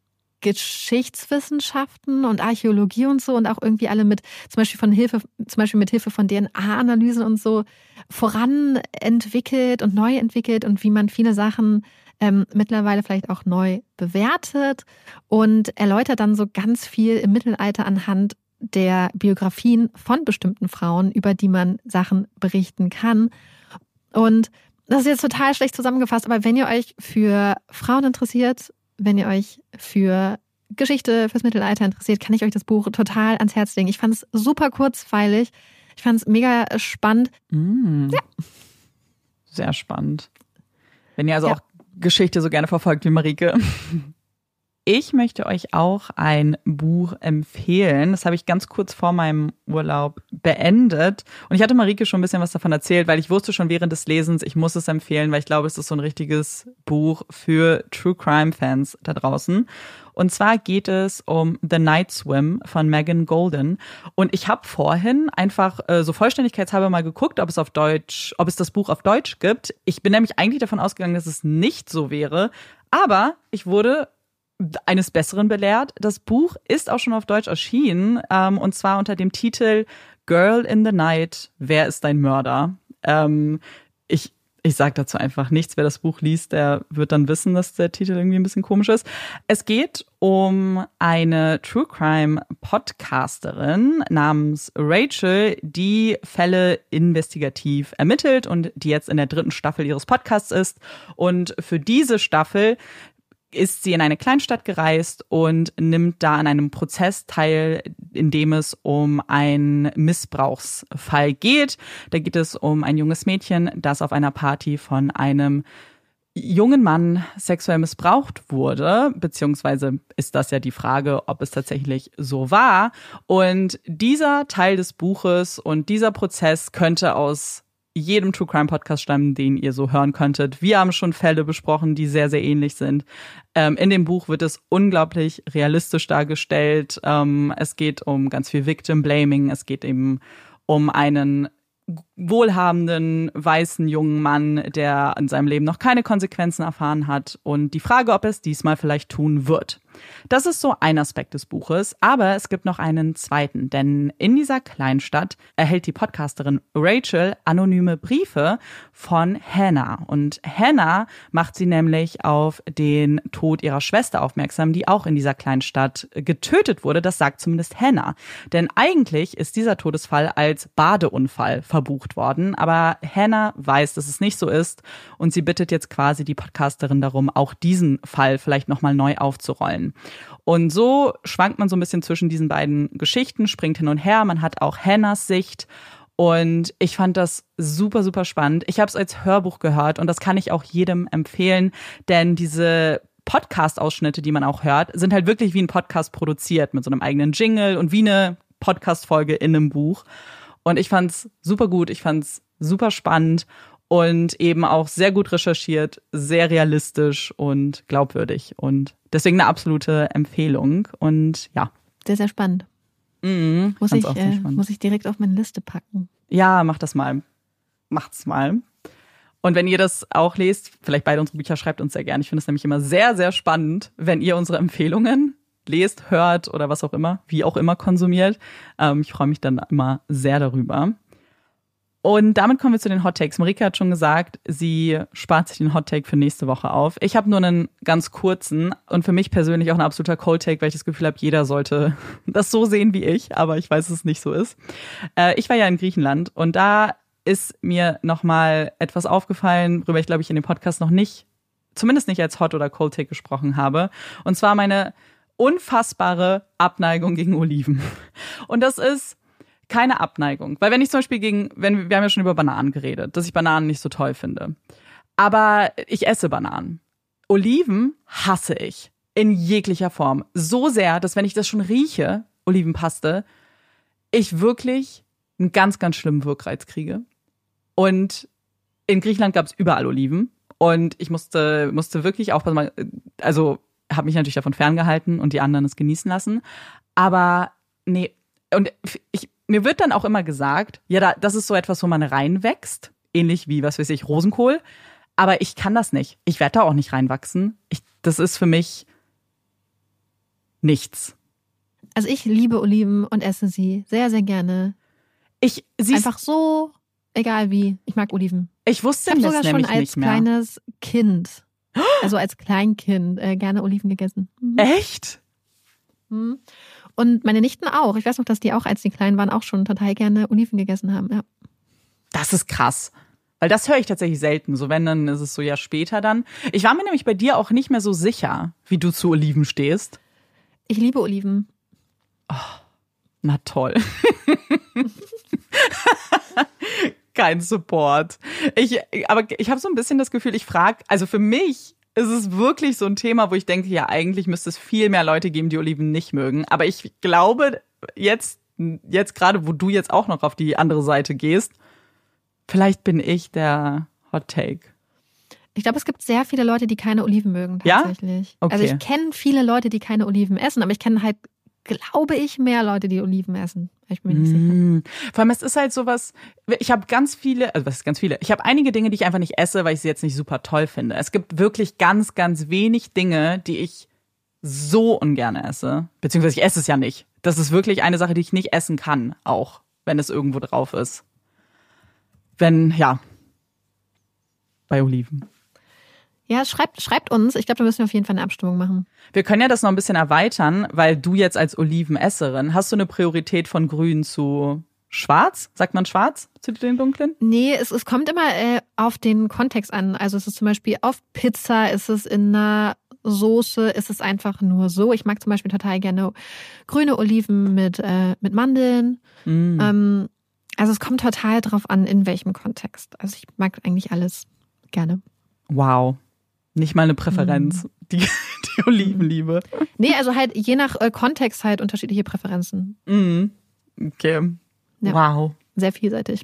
Geschichtswissenschaften und Archäologie und so und auch irgendwie alle mit zum Beispiel mit Hilfe von DNA-Analysen und so voranentwickelt und neu entwickelt und wie man viele Sachen mittlerweile vielleicht auch neu bewertet und erläutert dann so ganz viel im Mittelalter anhand der Biografien von bestimmten Frauen, über die man Sachen berichten kann. Und das ist jetzt total schlecht zusammengefasst, aber wenn ihr euch für Frauen interessiert, wenn ihr euch für Geschichte, fürs Mittelalter interessiert, kann ich euch das Buch total ans Herz legen. Ich fand es super kurzweilig. Ich fand es mega spannend. Ja. Sehr spannend. Wenn ihr also auch Geschichte so gerne verfolgt wie Marike. Ich möchte euch auch ein Buch empfehlen. Das habe ich ganz kurz vor meinem Urlaub beendet. Und ich hatte Marike schon ein bisschen was davon erzählt, weil ich wusste schon während des Lesens, ich muss es empfehlen, weil ich glaube, es ist so ein richtiges Buch für True Crime Fans da draußen. Und zwar geht es um The Night Swim von Megan Golden. Und ich habe vorhin einfach so vollständigkeitshalber mal geguckt, ob es das Buch auf Deutsch gibt. Ich bin nämlich eigentlich davon ausgegangen, dass es nicht so wäre. Aber ich wurde eines Besseren belehrt. Das Buch ist auch schon auf Deutsch erschienen, und zwar unter dem Titel Girl in the Night, wer ist dein Mörder? Ich sage dazu einfach nichts. Wer das Buch liest, der wird dann wissen, dass der Titel irgendwie ein bisschen komisch ist. Es geht um eine True Crime Podcasterin namens Rachel, die Fälle investigativ ermittelt und die jetzt in der 3. Staffel ihres Podcasts ist. Und für diese Staffel ist sie in eine Kleinstadt gereist und nimmt da an einem Prozess teil, in dem es um einen Missbrauchsfall geht. Da geht es um ein junges Mädchen, das auf einer Party von einem jungen Mann sexuell missbraucht wurde, beziehungsweise ist das ja die Frage, ob es tatsächlich so war. Und dieser Teil des Buches und dieser Prozess könnte aus jedem True Crime Podcast stammen, den ihr so hören könntet. Wir haben schon Fälle besprochen, die sehr, sehr ähnlich sind. In dem Buch wird es unglaublich realistisch dargestellt. Es geht um ganz viel Victim Blaming. Es geht eben um einen wohlhabenden, weißen jungen Mann, der in seinem Leben noch keine Konsequenzen erfahren hat und die Frage, ob er es diesmal vielleicht tun wird. Das ist so ein Aspekt des Buches, aber es gibt noch einen zweiten, denn in dieser Kleinstadt erhält die Podcasterin Rachel anonyme Briefe von Hannah und Hannah macht sie nämlich auf den Tod ihrer Schwester aufmerksam, die auch in dieser Kleinstadt getötet wurde, das sagt zumindest Hannah, denn eigentlich ist dieser Todesfall als Badeunfall verbucht worden, aber Hannah weiß, dass es nicht so ist und sie bittet jetzt quasi die Podcasterin darum, auch diesen Fall vielleicht nochmal neu aufzurollen. Und so schwankt man so ein bisschen zwischen diesen beiden Geschichten, springt hin und her. Man hat auch Hannahs Sicht und ich fand das super, super spannend. Ich habe es als Hörbuch gehört und das kann ich auch jedem empfehlen, denn diese Podcast-Ausschnitte, die man auch hört, sind halt wirklich wie ein Podcast produziert mit so einem eigenen Jingle und wie eine Podcast-Folge in einem Buch. Und ich fand's super gut, ich fand's super spannend und eben auch sehr gut recherchiert, sehr realistisch und glaubwürdig. Und deswegen eine absolute Empfehlung. Und ja. Sehr, sehr spannend. Muss ich direkt auf meine Liste packen. Ja, mach das mal. Macht's mal. Und wenn ihr das auch lest, vielleicht beide unsere Bücher, schreibt uns sehr gerne. Ich finde es nämlich immer sehr, sehr spannend, wenn ihr unsere Empfehlungen lest, hört oder was auch immer, wie auch immer konsumiert. Ich freue mich dann immer sehr darüber. Und damit kommen wir zu den Hot Takes. Marike hat schon gesagt, sie spart sich den Hot Take für nächste Woche auf. Ich habe nur einen ganz kurzen und für mich persönlich auch ein absoluter Cold Take, weil ich das Gefühl habe, jeder sollte das so sehen wie ich, aber ich weiß, dass es nicht so ist. Ich war ja in Griechenland und da ist mir nochmal etwas aufgefallen, worüber ich, glaube ich, in dem Podcast noch nicht, zumindest nicht als Hot oder Cold Take gesprochen habe. Und zwar meine unfassbare Abneigung gegen Oliven. Und das ist keine Abneigung. Weil wenn ich zum Beispiel wir haben ja schon über Bananen geredet, dass ich Bananen nicht so toll finde. Aber ich esse Bananen. Oliven hasse ich. In jeglicher Form. So sehr, dass wenn ich das schon rieche, Olivenpaste, ich wirklich einen ganz, ganz schlimmen Wirkreiz kriege. Und in Griechenland gab es überall Oliven. Und ich musste wirklich aufpassen, also habe mich natürlich davon ferngehalten und die anderen es genießen lassen. Aber nee, und mir wird dann auch immer gesagt, ja, das ist so etwas, wo man reinwächst, ähnlich wie, was weiß ich, Rosenkohl. Aber ich kann das nicht. Ich werde da auch nicht reinwachsen. Das ist für mich nichts. Also ich liebe Oliven und esse sie sehr, sehr gerne. Einfach so, egal wie. Ich mag Oliven. Ich wusste das sogar nämlich schon als kleines Kind, also als Kleinkind, gerne Oliven gegessen. Mhm. Echt? Mhm. Und meine Nichten auch. Ich weiß noch, dass die auch, als die klein waren, auch schon total gerne Oliven gegessen haben. Ja. Das ist krass. Weil das höre ich tatsächlich selten. So wenn, dann ist es so ja später dann. Ich war mir nämlich bei dir auch nicht mehr so sicher, wie du zu Oliven stehst. Ich liebe Oliven. Oh, na toll. Kein Support. Aber ich habe so ein bisschen das Gefühl, also für mich ist es wirklich so ein Thema, wo ich denke, ja, eigentlich müsste es viel mehr Leute geben, die Oliven nicht mögen. Aber ich glaube, jetzt gerade, wo du jetzt auch noch auf die andere Seite gehst, vielleicht bin ich der Hot Take. Ich glaube, es gibt sehr viele Leute, die keine Oliven mögen, tatsächlich. Ja? Okay. Also ich kenne viele Leute, die keine Oliven essen, aber ich kenne halt, glaube ich, mehr Leute, die Oliven essen. Ich bin mir nicht sicher. Vor allem, es ist halt sowas, ich habe ganz viele, also was ist ganz viele? Ich habe einige Dinge, die ich einfach nicht esse, weil ich sie jetzt nicht super toll finde. Es gibt wirklich ganz, ganz wenig Dinge, die ich so ungern esse. Beziehungsweise ich esse es ja nicht. Das ist wirklich eine Sache, die ich nicht essen kann, auch wenn es irgendwo drauf ist. Bei Oliven. Ja, schreibt uns. Ich glaube, da müssen wir auf jeden Fall eine Abstimmung machen. Wir können ja das noch ein bisschen erweitern, weil du jetzt als Olivenesserin, hast du eine Priorität von grün zu schwarz? Sagt man schwarz zu den dunklen? Nee, es kommt immer auf den Kontext an. Also es ist zum Beispiel auf Pizza, ist es in einer Soße, ist es einfach nur so. Ich mag zum Beispiel total gerne grüne Oliven mit Mandeln. Also es kommt total drauf an, in welchem Kontext. Also ich mag eigentlich alles gerne. Wow. Nicht mal eine Präferenz, die Olivenliebe. Nee, also halt je nach Kontext halt unterschiedliche Präferenzen. Okay. Ja. Wow. Sehr vielseitig.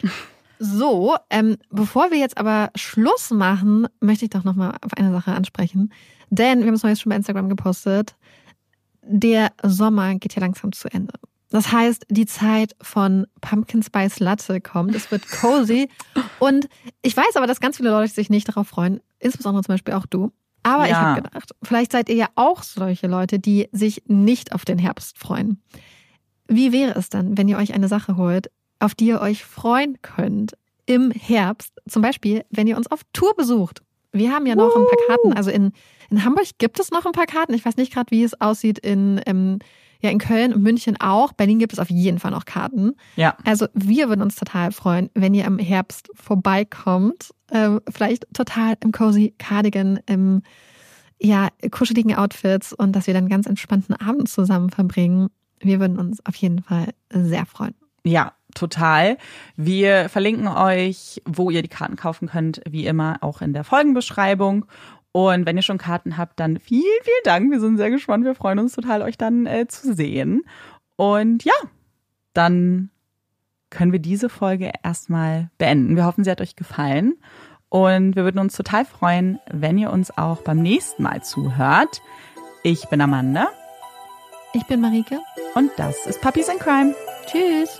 So, bevor wir jetzt aber Schluss machen, möchte ich doch nochmal auf eine Sache ansprechen. Denn wir haben es neulich schon bei Instagram gepostet. Der Sommer geht ja langsam zu Ende. Das heißt, die Zeit von Pumpkin Spice Latte kommt. Es wird cozy. Und ich weiß aber, dass ganz viele Leute sich nicht darauf freuen. Insbesondere zum Beispiel auch du. Aber ja. Ich habe gedacht, vielleicht seid ihr ja auch solche Leute, die sich nicht auf den Herbst freuen. Wie wäre es dann, wenn ihr euch eine Sache holt, auf die ihr euch freuen könnt im Herbst? Zum Beispiel, wenn ihr uns auf Tour besucht. Wir haben ja noch ein paar Karten. Also in Hamburg gibt es noch ein paar Karten. Ich weiß nicht gerade, wie es aussieht in Köln und München auch. Berlin gibt es auf jeden Fall noch Karten. Ja. Also wir würden uns total freuen, wenn ihr im Herbst vorbeikommt. Vielleicht total im cozy Cardigan, im kuscheligen Outfits und dass wir dann einen ganz entspannten Abend zusammen verbringen. Wir würden uns auf jeden Fall sehr freuen. Ja, total. Wir verlinken euch, wo ihr die Karten kaufen könnt, wie immer auch in der Folgenbeschreibung. Und wenn ihr schon Karten habt, dann vielen, vielen Dank. Wir sind sehr gespannt. Wir freuen uns total, euch dann zu sehen. Und ja, dann können wir diese Folge erstmal beenden. Wir hoffen, sie hat euch gefallen. Und wir würden uns total freuen, wenn ihr uns auch beim nächsten Mal zuhört. Ich bin Amanda. Ich bin Marike. Und das ist Puppies in Crime. Tschüss.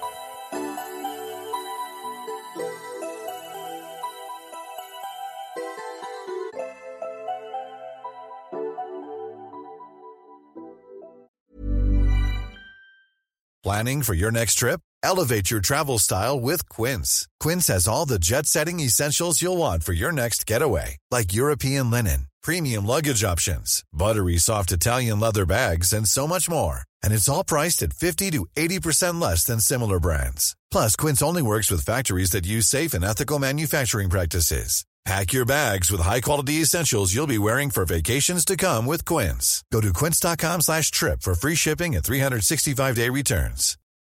Planning for your next trip? Elevate your travel style with Quince. Quince has all the jet-setting essentials you'll want for your next getaway, like European linen, premium luggage options, buttery soft Italian leather bags, and so much more. And it's all priced at 50 to 80% less than similar brands. Plus, Quince only works with factories that use safe and ethical manufacturing practices. Pack your bags with high-quality essentials you'll be wearing for vacations to come with Quince. Go to quince.com/trip for free shipping and 365-day returns.